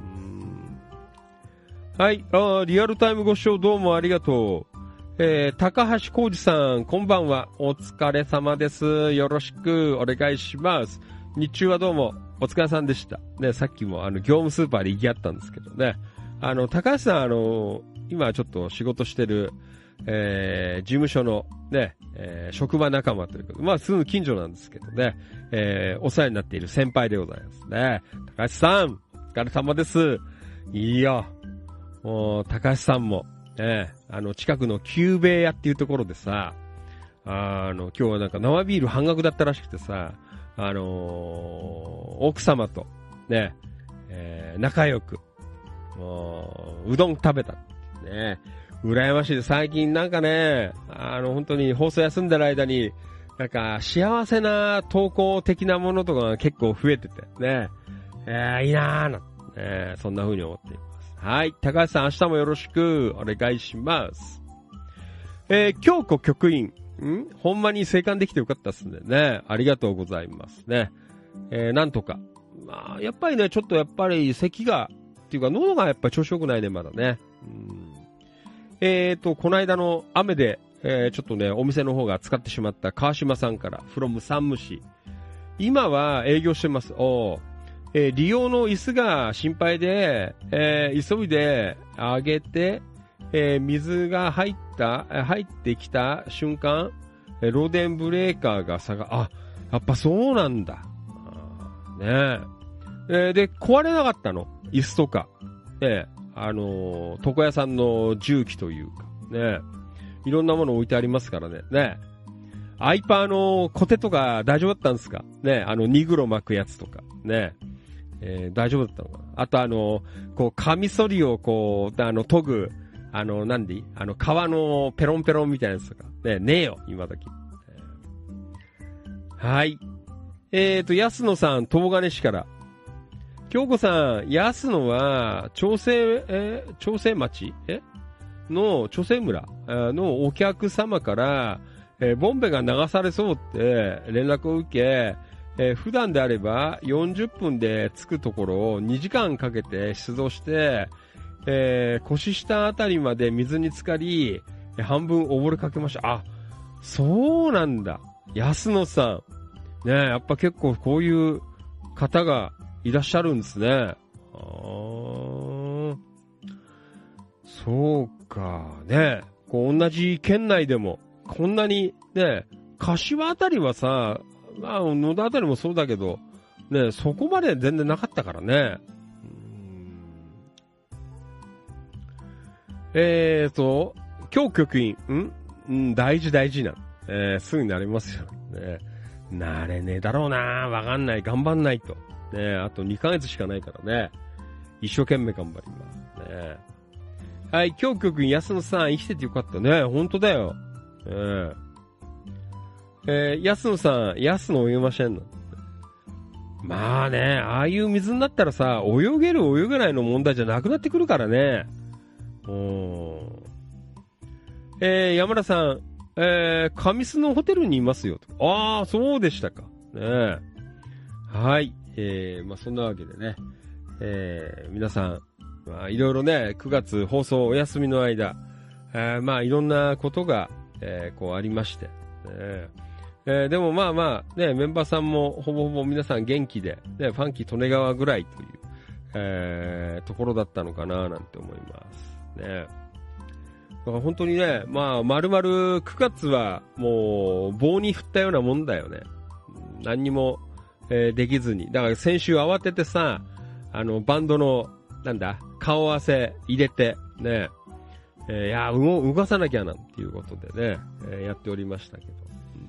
はい、リアルタイムご視聴どうもありがとう。高橋浩二さん、こんばんは。お疲れ様です。よろしくお願いします。日中はどうもお疲れさんでした。ね、さっきも業務スーパーで行き合ったんですけどね。高橋さん、今ちょっと仕事してる、事務所のね、職場仲間ということで、すぐ近所なんですけどね、お世話になっている先輩でございますね。高橋さん、お疲れ様です。いいよ。もう、高橋さんも、近くの久兵衛屋っていうところでさ、今日はなんか生ビール半額だったらしくてさ、奥様と、ね、仲良く、うどん食べた。ね、羨ましいです。最近なんかね、本当に放送休んでる間に、なんか幸せな投稿的なものとかが結構増えてて、ね、いいなーな、そんな風に思っています。はい。高橋さん、明日もよろしくお願いします。京子局員。ほんまに生還できてよかったっすね。ありがとうございますね。なんとか。やっぱりね、ちょっとやっぱり咳が、っていうか喉がやっぱり調子良くないね、まだね。この間の雨で、ちょっとね、お店の方が使ってしまった川島さんから、from 山武市。今は営業してます。利用の椅子が心配で、急いで上げて、水が入ってきた瞬間、漏電ブレーカーがやっぱそうなんだ。ねえ。で、壊れなかったの。椅子とか。床屋さんの重機というか。ねいろんなもの置いてありますからね。ねアイパーのコテとか大丈夫だったんですかねニグロ巻くやつとか。ね大丈夫だったのかなあとカミソリを研ぐ、皮のペロンペロンみたいなやつとか。ねえよ、今時。はい。安野さん、東金市から。京子さん、安野は、長生町の、長生村のお客様から、ボンベが流されそうって連絡を受け、普段であれば40分で着くところを2時間かけて出動して、腰下あたりまで水に浸かり、半分溺れかけました。そうなんだ。安野さん。ねやっぱ結構こういう方がいらっしゃるんですね。そうか。ね同じ県内でも、こんなに、ね柏あたりはさ、野田あたりもそうだけど、ねそこまで全然なかったからね。今日局員、大事な。すぐになりますよ。ねなれねえだろうなわかんない。頑張んないと。ねあと2ヶ月しかないからね。一生懸命頑張ります。ねはい、今日局員、安野さん、生きててよかったね。ほんとだよ。安野さん、安野泳げませんの。まあね、ああいう水になったらさ、泳げる泳げないの問題じゃなくなってくるからね。山田さん、上須のホテルにいますよ。そうでしたか。ねはい。そんなわけでね。皆さん、いろいろね、9月放送お休みの間、いろんなことが、ありまして、 でもまあまあ、ね、メンバーさんもほぼほぼ皆さん元気で、ね、ファンキー利根川ぐらいという、ところだったのかななんて思いますね。だから本当にね、まあ丸々9月はもう棒に振ったようなもんだよね。何にも、できずに。だから先週慌ててさ、バンドのなんだ顔合わせ入れてね、いや動かさなきゃなんていうことでね、やっておりましたけど。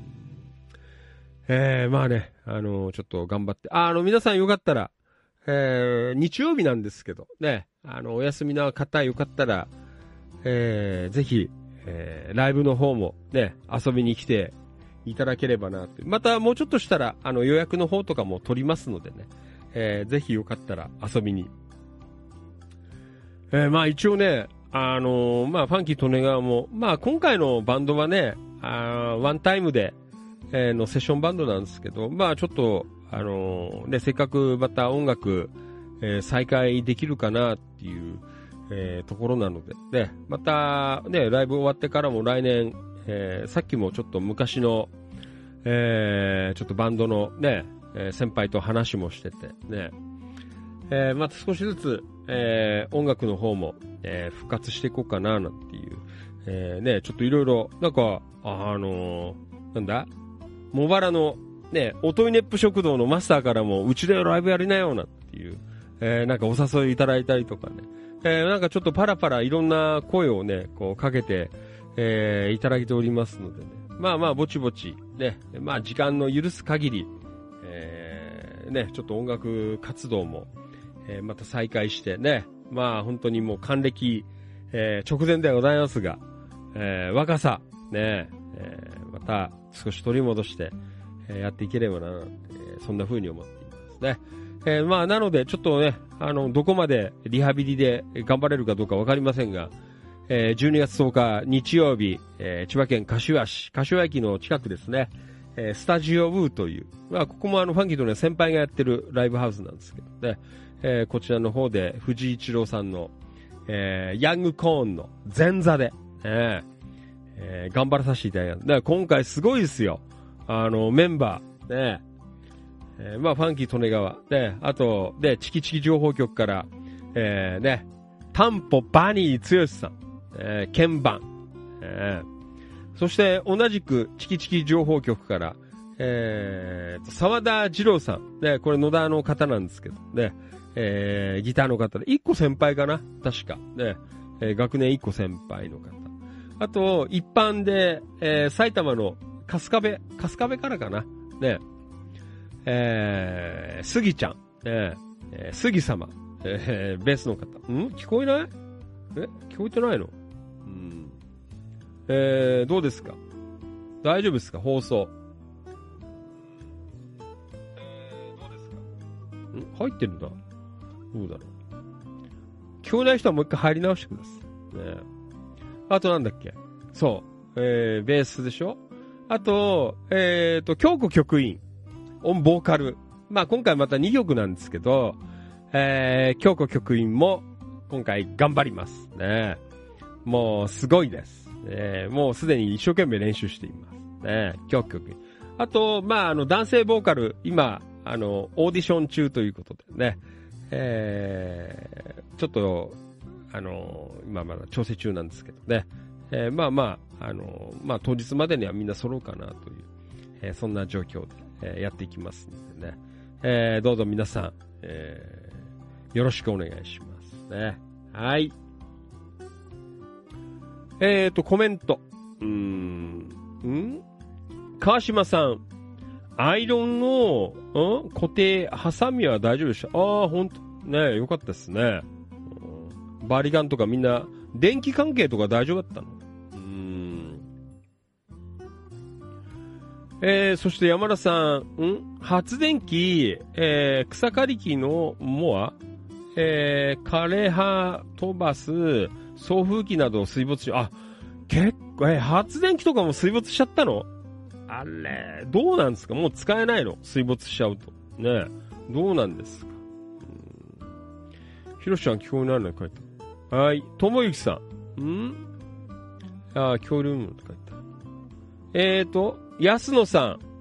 まあね、ちょっと頑張って。皆さんよかったら、日曜日なんですけど、ね、お休みの方よかったら、ぜひ、ライブの方もね、遊びに来ていただければなって。またもうちょっとしたら、予約の方とかも取りますのでね、ぜひよかったら遊びに。まあ一応ね、まあファンキー利根川も、まあ今回のバンドはね、ワンタイムで、のセッションバンドなんですけど、まあちょっと、ね、せっかくまた音楽、再開できるかなっていう、ところなので、ね、またね、ライブ終わってからも来年、さっきもちょっと昔の、ちょっとバンドのね、先輩と話もしてて、ね、また少しずつ、音楽の方も、復活していこうかななんていう、ね、ちょっといろいろ、なんか、なんだ茂原のね、音イネップ食堂のマスターからも、うちでライブやりなよなんていう、なんかお誘いいただいたりとかね、なんかちょっとパラパラいろんな声をね、こうかけて、いただいておりますのでね、まあまあぼちぼち、ね、まあ時間の許す限り、ね、ちょっと音楽活動も、また再開してね、まあ本当にもう還暦、直前ではございますが、若さ、ね、また少し取り戻して、やっていければな、そんな風に思っていますね。まあなのでちょっとね、どこまでリハビリで頑張れるかどうかわかりませんが、12月10日日曜日、千葉県柏駅の近くですね、スタジオウーという、まあここもファンキーとね先輩がやってるライブハウスなんですけどね、こちらの方で藤井一郎さんの、ヤングコーンの前座で、頑張らさせていただいた。だから今回すごいですよ。メンバー、ね、まあ、ファンキー利根川、ね、あと、で、チキチキ情報局から、ね、タンポバニー剛さん、鍵盤、そして同じくチキチキ情報局から、沢田二郎さん、ね、これ野田の方なんですけど、ね、ギターの方で、1個先輩かな確か、ね、学年1個先輩の方。あと、一般で、埼玉の春日部からかなね、杉ちゃん、杉様、ベースの方。聞こえない？聞こえてないの？どうですか？大丈夫ですか？放送。どうですか？入ってるんだ。どうだろう。聞こえない人はもう一回入り直してください。ね、あとなんだっけ？そう。ベースでしょ？あと、京子局員。オンボーカル。まあ今回また2曲なんですけど、京子局員も今回頑張りますね。もうすごいです。もうすでに一生懸命練習していますね。京子局員。あと、まあ男性ボーカル、今、オーディション中ということでね、ちょっと、今まだ調整中なんですけどね。まあまあ、まあ当日までにはみんな揃うかなという、そんな状況で、やっていきますのでね。どうぞ皆さん、よろしくお願いしますね。はい。コメント。川島さん。アイロンの、固定、ハサミは大丈夫でした？ああ、ほんと。ね、よかったですね。バリガンとかみんな、電気関係とか大丈夫だったの？そして山田さん、発電機、草刈り機のモア、枯葉飛ばす、送風機など水没し、結構、発電機とかも水没しちゃったの？あれ、どうなんですか？もう使えないの？水没しちゃうと。ね、どうなんですか？ひろしちゃん聞こえないのに書いてある。はい。ともゆきさん。恐竜も書いてある。安野さん。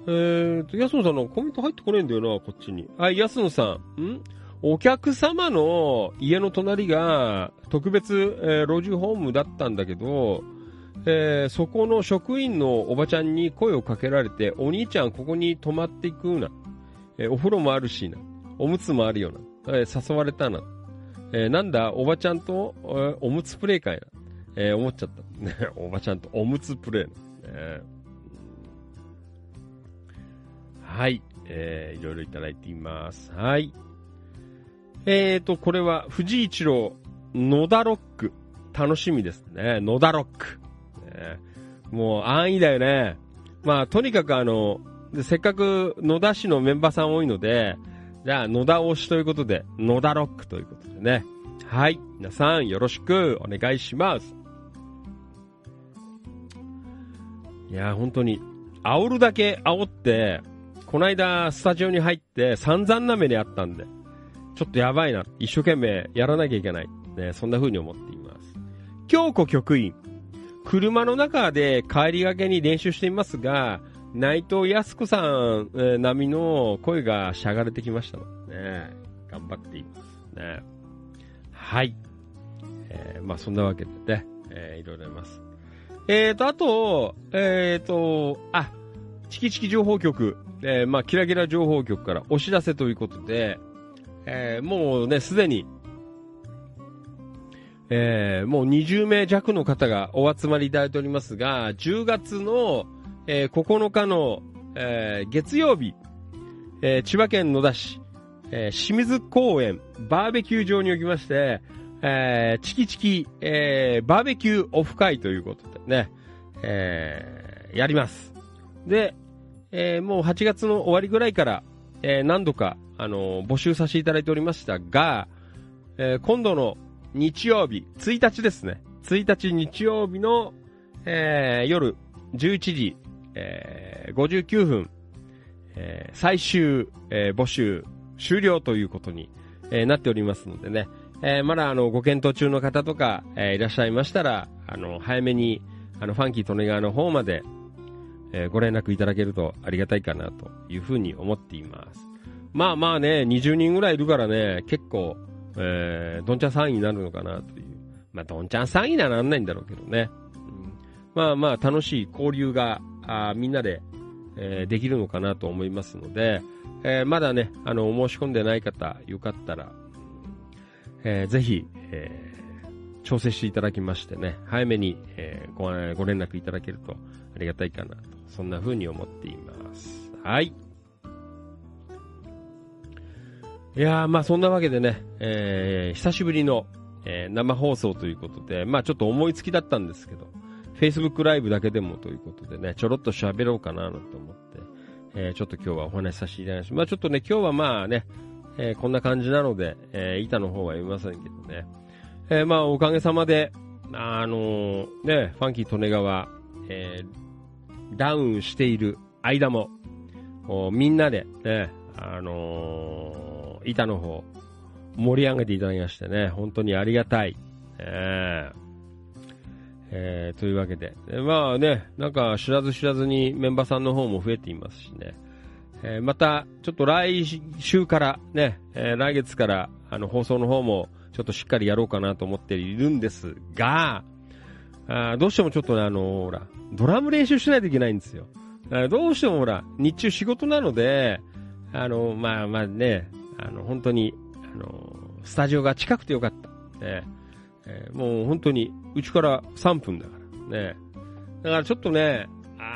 安野さんのコメント入ってこねえんだよな、こっちに。安野さん。お客様の家の隣が特別、老人ホームだったんだけど、そこの職員のおばちゃんに声をかけられて、お兄ちゃんここに泊まっていくな。お風呂もあるしな。おむつもあるよな。誘われたな。なんだ、おばちゃんと、おむつプレイかいな。思っちゃった。おばちゃんとおむつプレイな。はい。いろいろいただいています。はい。これは、藤井一郎、野田ロック。楽しみですね。野田ロック。もう安易だよね。まあ、とにかくせっかく野田市のメンバーさん多いので、じゃあ野田推しということで、野田ロックということでね。はい。皆さんよろしくお願いします。いや、本当に、煽るだけ煽って、この間スタジオに入って散々な目にあったんで、ちょっとやばいな。一生懸命やらなきゃいけない。ね、そんな風に思っています。京子局員。車の中で帰りがけに練習していますが、内藤康子さん、並みの声がしゃがれてきましたので、ね、頑張っていますね。はい。まあそんなわけでね、いろいろあります。あと、チキチキ情報局、まあキラキラ情報局からお知らせということで、もうね、すでに、もう20名弱の方がお集まりいただいておりますが、10月の、9日の、月曜日、千葉県野田市、清水公園バーベキュー場におきまして、チキチキ、バーベキューオフ会ということでね、やります。で、もう8月の終わりぐらいから、何度か、募集させていただいておりましたが、今度の日曜日、1日ですね。1日日曜日の、夜11時、59分、最終、募集終了ということに、なっておりますのでね。まだご検討中の方とか、いらっしゃいましたら、早めに、ファンキー利根川の方まで、ご連絡いただけるとありがたいかなというふうに思っています。まあまあね、20人ぐらいいるからね、結構、どんちゃん騒ぎになるのかなという。まあ、どんちゃん騒ぎにはならないんだろうけどね。まあまあ、楽しい交流が、みんなで、できるのかなと思いますので、まだね、申し込んでない方、よかったら、ぜひ、調整していただきましてね、早めに、ご連絡いただけるとありがたいかなと、そんな風に思っています。はい。いやー、まあそんなわけでね、久しぶりの、生放送ということで、まあちょっと思いつきだったんですけど、Facebook ライブだけでもということでね、ちょろっと喋ろうかななんて思って、ちょっと今日はお話しさせていただきました。まあちょっとね、今日はまあね、こんな感じなので、板の方は読みませんけどね。まあおかげさまで、ね、ファンキー利根川、ダウンしている間も、みんなでね、板の方、盛り上げていただきましてね、本当にありがたい。というわけで、まあね、なんか知らず知らずにメンバーさんの方も増えていますしね。また、ちょっと来週からね、来月から放送の方もちょっとしっかりやろうかなと思っているんですが、どうしてもちょっとね、ほら、ドラム練習しないといけないんですよ。どうしてもほら、日中仕事なので、まあまあね、本当に、スタジオが近くてよかった。ね、もう本当に、うちから3分だからね。だからちょっとね、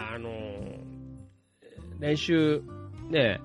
練習、ね、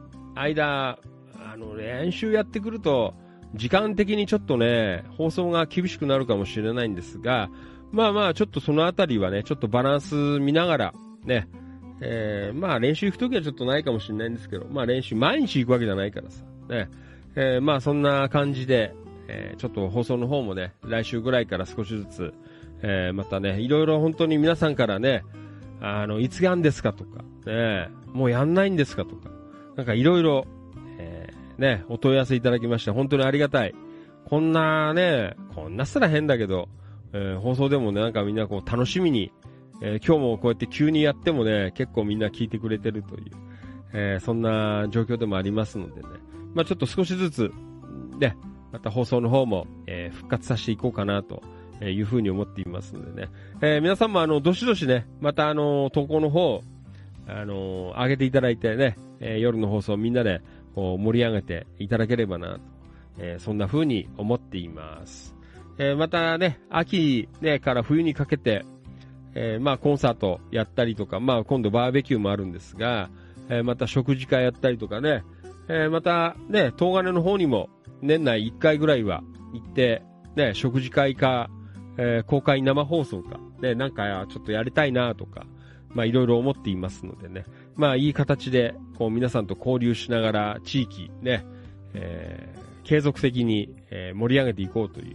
練習やってくると、時間的にちょっとね、放送が厳しくなるかもしれないんですが、まあまあ、ちょっとそのあたりはね、ちょっとバランス見ながら、ね、まあ練習行くときはちょっとないかもしれないんですけど、まあ練習毎日行くわけじゃないからさ、ね、まあそんな感じで、ちょっと放送の方もね、来週ぐらいから少しずつ、またね、いろいろ本当に皆さんからね、いつやんですかとか、ね、もうやんないんですかとか、なんかいろいろ、ね、お問い合わせいただきまして、本当にありがたい。こんなね、こんなすら変だけど、放送でもね、なんかみんなこう楽しみに、今日もこうやって急にやってもね、結構みんな聞いてくれてるという、 そんな状況でもありますのでね。まあちょっと少しずつ、ね、また放送の方も、復活させていこうかなというふうに思っていますのでね。皆さんもどしどしね、また投稿の方、上げていただいてね、夜の放送みんなでこう盛り上げていただければなと、そんな風に思っています。またね、秋ね、から冬にかけて、まあコンサートやったりとか、まあ今度バーベキューもあるんですが、また食事会やったりとかね、またね、東金の方にも年内1回ぐらいは行って、ね、食事会か、公開生放送か、ね、なんかちょっとやりたいなとか、まあいろいろ思っていますのでね、まあいい形でこう皆さんと交流しながら地域ね、継続的に、盛り上げていこうという、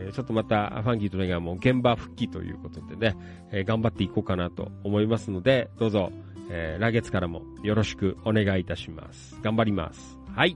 ちょっとまたファンキーとネガも現場復帰ということでね、頑張っていこうかなと思いますので、どうぞ、来月からもよろしくお願いいたします。頑張ります。はい。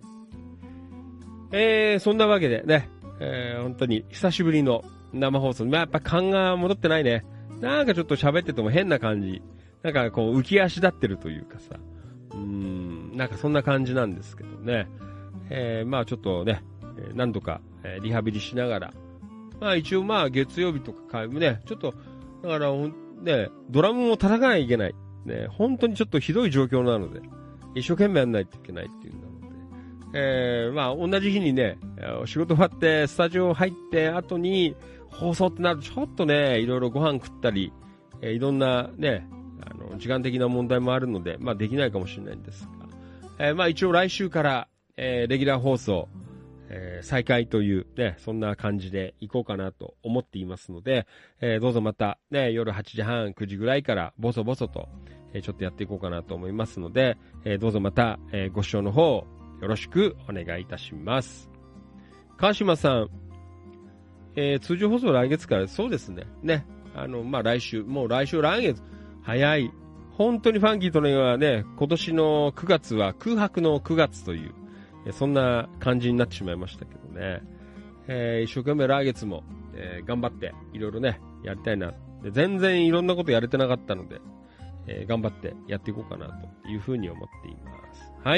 そんなわけでね、本当に久しぶりの生放送。まあ、やっぱ勘が戻ってないね。なんかちょっと喋ってても変な感じ。なんかこう浮き足立ってるというかさ。なんかそんな感じなんですけどね。まあちょっとね、何度か、リハビリしながら。まあ一応まあ月曜日とかね、ちょっと、だからね、ドラムも叩かないといけない。ね、本当にちょっとひどい状況なので、一生懸命やんないといけないっていうので、まあ同じ日にね、仕事終わってスタジオ入って後に放送ってなるとちょっとね、いろいろご飯食ったり、いろんなね、時間的な問題もあるので、まあできないかもしれないんですが、まあ一応来週から、レギュラー放送、再開というね、そんな感じで行こうかなと思っていますので、どうぞまたね、夜8時半、9時ぐらいからボソボソと、ちょっとやっていこうかなと思いますので、どうぞまた、ご視聴の方、よろしくお願いいたします。川島さん、通常放送来月から、そうですね。ね。まあ、来週、来月、早い。本当にファンキーとのはね、今年の9月は空白の9月という、そんな感じになってしまいましたけどね。一生懸命来月も、頑張って、いろいろね、やりたいな。で全然いろんなことやれてなかったので、頑張ってやっていこうかなというふうに思っています。はい。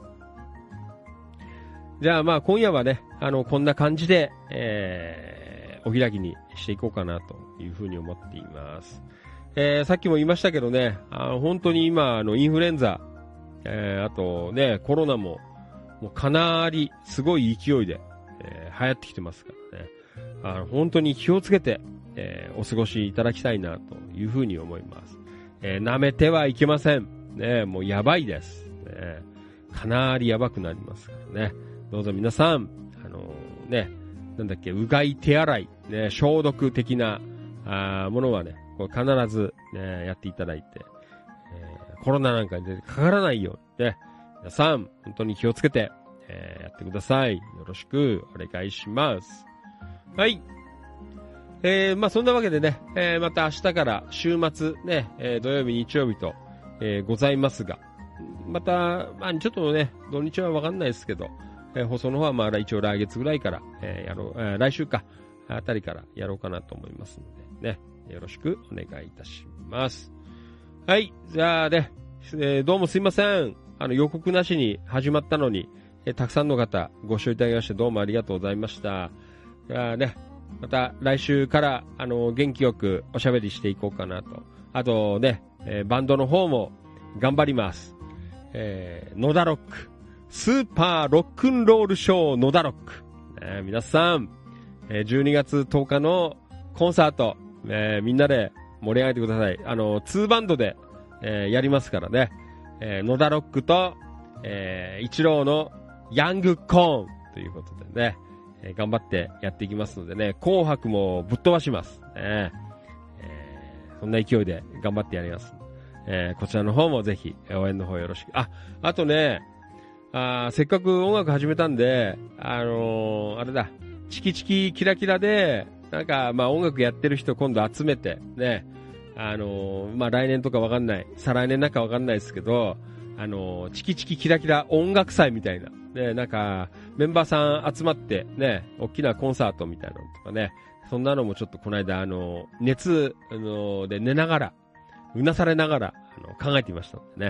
じゃあまあ今夜はね、こんな感じで、お開きにしていこうかなというふうに思っています。さっきも言いましたけどね、本当に今、インフルエンザ、あとね、コロナもうかなりすごい勢いで、流行ってきてますからね。本当に気をつけて、お過ごしいただきたいなというふうに思います。舐めてはいけません。ね、もうやばいです。ね、かなりやばくなりますからね。どうぞ皆さん、ね、なんだっけ、うがい手洗い、ね、消毒的な、ものはね、これ必ず、ね、やっていただいて、コロナなんかにかからないようにね、皆さん、本当に気をつけて、やってください。よろしくお願いします。はい。まあそんなわけでね、また明日から週末ね、土曜日、日曜日と、ございますが、また、まあちょっとね、土日はわかんないですけど、放送の方はまあ一応来月ぐらいから、来週か、あたりからやろうかなと思いますので、ね、よろしくお願いいたします。はい、じゃあね、どうもすいません。予告なしに始まったのに、たくさんの方ご視聴いただきましてどうもありがとうございました。じゃあね、また来週から、元気よくおしゃべりしていこうかなと。あとね、バンドの方も頑張ります。野田ロック。スーパーロックンロールショー野田ロック。皆さん、12月10日のコンサート、みんなで盛り上げてください。2バンドで、やりますからね。野田ロックと、一郎のヤングコーンということでね、頑張ってやっていきますのでね、紅白もぶっ飛ばします。そんな勢いで頑張ってやります。こちらの方もぜひ応援の方よろしく。あとね、せっかく音楽始めたんで、あれだ、チキチキキラキラで、なんか、まあ音楽やってる人今度集めて、ね、まあ来年とかわかんない、再来年なんかわかんないですけど、チキチキキラキラ音楽祭みたいな、ね、なんか、メンバーさん集まって、ね、大きなコンサートみたいなのとかね、そんなのもちょっとこの間、熱、で寝ながら、うなされながら、考えてみましたのでね、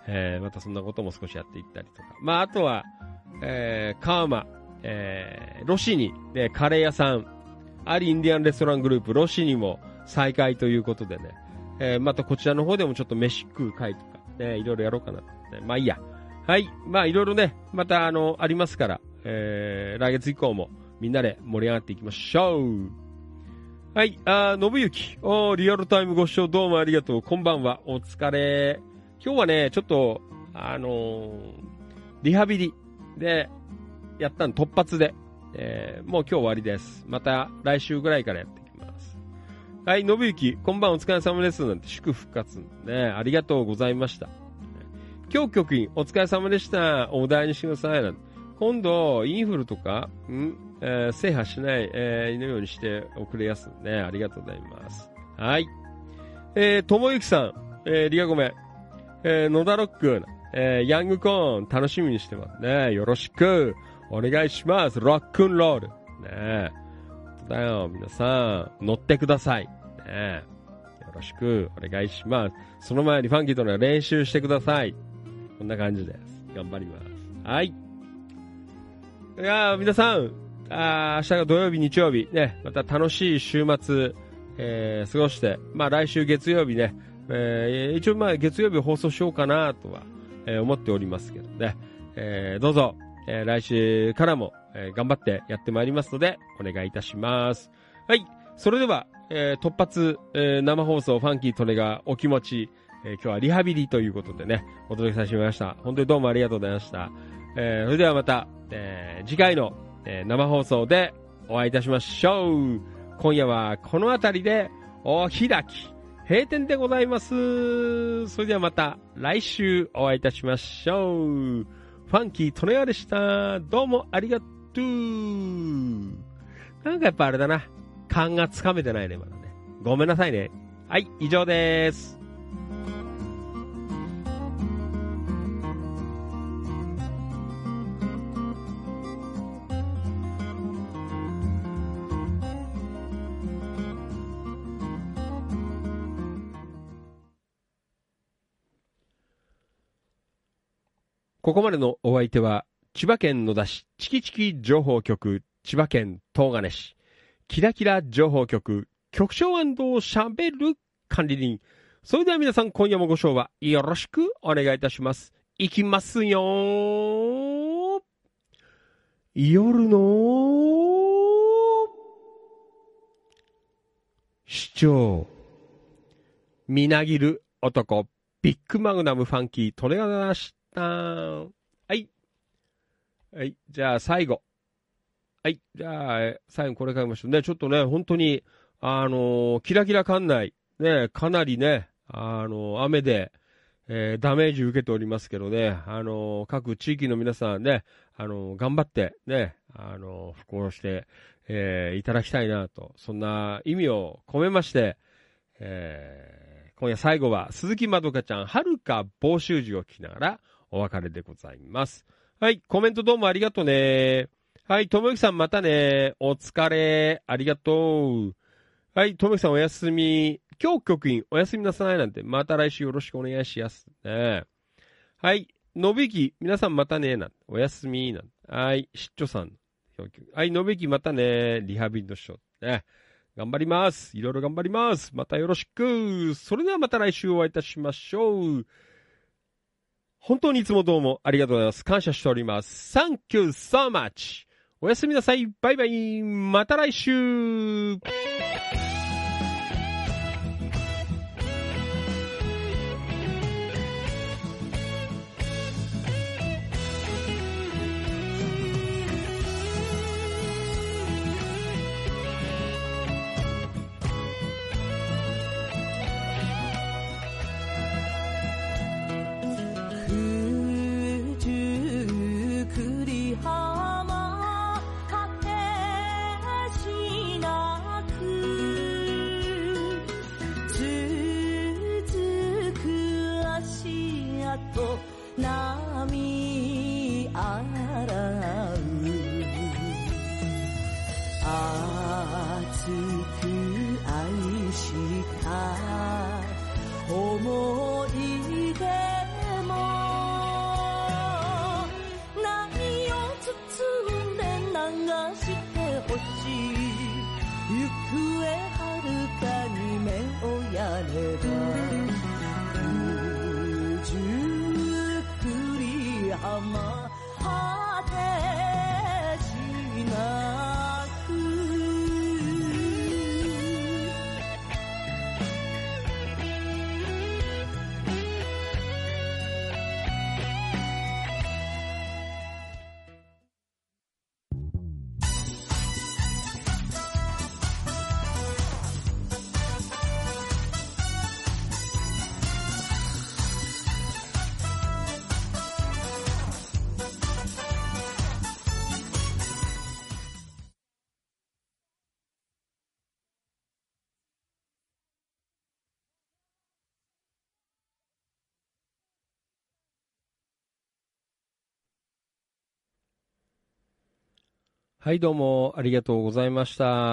またそんなことも少しやっていったりとか。まあ、あとは、川間、ロシニ、カレー屋さん、アリインディアンレストラングループ、ロシニも再開ということでね、またこちらの方でもちょっと飯食う会とか、いろいろやろうかな、まあいいや。はい。まあいろいろね、またありますから、来月以降もみんなで盛り上がっていきましょう。はい。信行。リアルタイムご視聴どうもありがとう。こんばんは。お疲れ。今日はね、ちょっと、リハビリでやったの突発で、もう今日終わりです。また来週ぐらいからやっていきます。はい。信行。こんばんお疲れ様です。なんて祝復活。ね、ありがとうございました。今日局員、お疲れ様でした。お題にしてください。なんて今度、インフルとか、制覇しない、のようにしておくれやすね。ありがとうございます。はい。ともゆきさん、リアごめん。野田ロック、ヤングコーン、楽しみにしてますね。よろしく、お願いします。ロックンロール。ねだよ、皆さん、乗ってください。ねよろしく、お願いします。その前にファンキーとの練習してください。こんな感じです。頑張ります。はい。いやー、皆さん、明日が土曜日、日曜日、ね、また楽しい週末、過ごして、まあ来週月曜日ね、一応まあ月曜日放送しようかなとは、思っておりますけどね、どうぞ、来週からも、頑張ってやってまいりますので、お願いいたします。はい。それでは、突発、生放送ファンキートネがお気持ち、今日はリハビリということでね、お届けさせてもらいました。本当にどうもありがとうございました。それではまた、次回の、生放送でお会いいたしましょう。今夜はこの辺りでお開き、閉店でございます。それではまた来週お会いいたしましょう。ファンキートネガでした。どうもありがとう。なんかやっぱあれだな。勘がつかめてないね、まだね。ごめんなさいね。はい、以上です。ここまでのお相手は、千葉県野田市チキチキ情報局、千葉県東金市、キラキラ情報局、局長&喋る管理人。それでは皆さん今夜もご賞はよろしくお願いいたします。いきますよー。夜の市長。みなぎる男、ビッグマグナムファンキー、トレガーした。はい。はい。じゃあ最後。はい。じゃあ、最後これ書きましょうね。ちょっとね、本当に、キラキラ館内、ね、かなりね、雨で、ダメージ受けておりますけどね、各地域の皆さんね、頑張って、ね、復興して、いただきたいなと、そんな意味を込めまして、今夜最後は、鈴木まどかちゃん、はるか房州時を聞きながら、お別れでございます。はい、コメントどうもありがとうね。はい、ともゆきさんまたね。お疲れ。ありがとう。はい、ともゆきさんおやすみ。今日局員おやすみなさいなんて、また来週よろしくお願いします。ね、はい、のびき、皆さんまたね。なんておやすみ。なんてはい、しっちょさん。はい、のびきまたね。リハビリのショー。ね。頑張ります。いろいろ頑張ります。またよろしく。それではまた来週お会いいたしましょう。本当にいつもどうもありがとうございます。感謝しております。Thank you so much. おやすみなさい。バイバイ。また来週。 浜果てしなくま果てしなくはいどうもありがとうございました。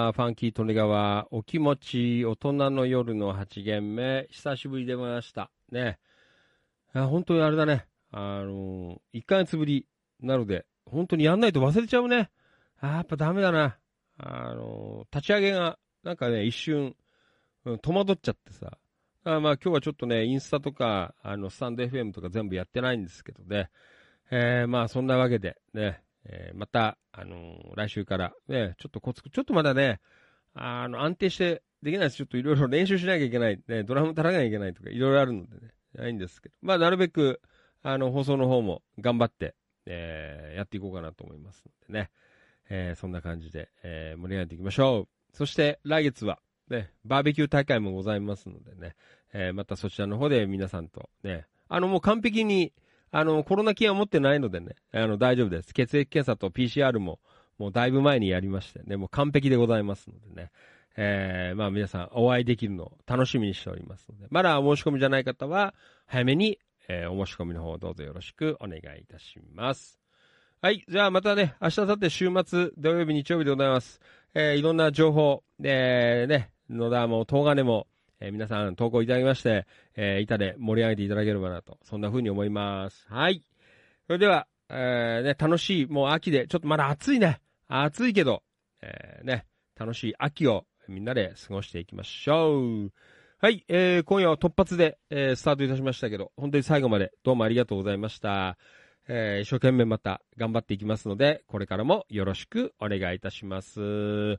ファンキー利根川お気持ち大人の夜の8限目、久しぶりでございましたね。本当にあれだね、1ヶ月ぶりなので本当にやんないと忘れちゃうね。やっぱダメだな。立ち上げがなんかね一瞬、戸惑っちゃってさ。まあ今日はちょっとねインスタとかスタンド FM とか全部やってないんですけどね。まあそんなわけでね。また、来週から、ね、ちょっとまだね、安定してできないです。ちょっといろいろ練習しなきゃいけない。ね、ドラム叩かなきゃいけないとか、いろいろあるのでね、ないんですけど。まあ、なるべく、放送の方も頑張って、やっていこうかなと思いますのでね。そんな感じで、盛り上げていきましょう。そして、来月は、ね、バーベキュー大会もございますのでね、またそちらの方で皆さんとね、もう完璧に、コロナ菌は持ってないのでね、大丈夫です。血液検査と PCR も、もうだいぶ前にやりまして、ね、もう完璧でございますのでね、まあ皆さんお会いできるのを楽しみにしておりますので、まだお申し込みじゃない方は、早めに、お申し込みの方どうぞよろしくお願いいたします。はい、じゃあまたね、明日、明後日週末、土曜日、日曜日でございます。いろんな情報、ね、野田も東金も、皆さん投稿いただきまして、板で盛り上げていただければなと、そんな風に思います。はい。それでは、ね、楽しい、もう秋で、ちょっとまだ暑いね。暑いけど、ね、楽しい秋をみんなで過ごしていきましょう。はい、今夜は突発で、スタートいたしましたけど、本当に最後までどうもありがとうございました。一生懸命また頑張っていきますので、これからもよろしくお願いいたします。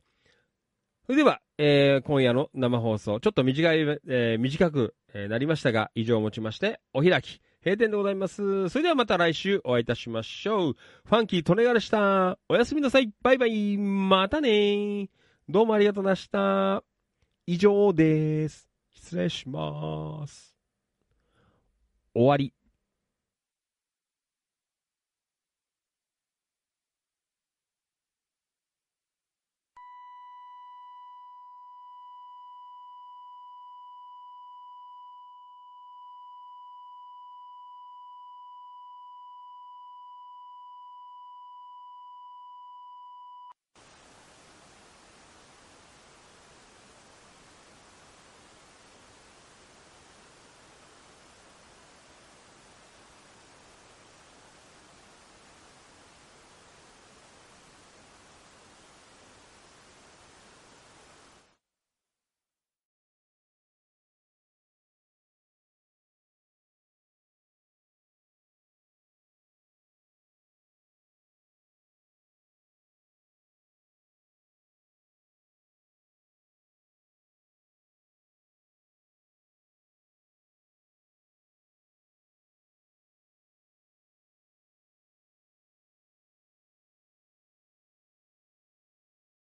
それでは、今夜の生放送、ちょっと短く、なりましたが、以上をもちまして、お開き、閉店でございます。それではまた来週お会いいたしましょう。ファンキー・トネガでした。おやすみなさい。バイバイ。またね。どうもありがとうございました。以上です。失礼します。終わり。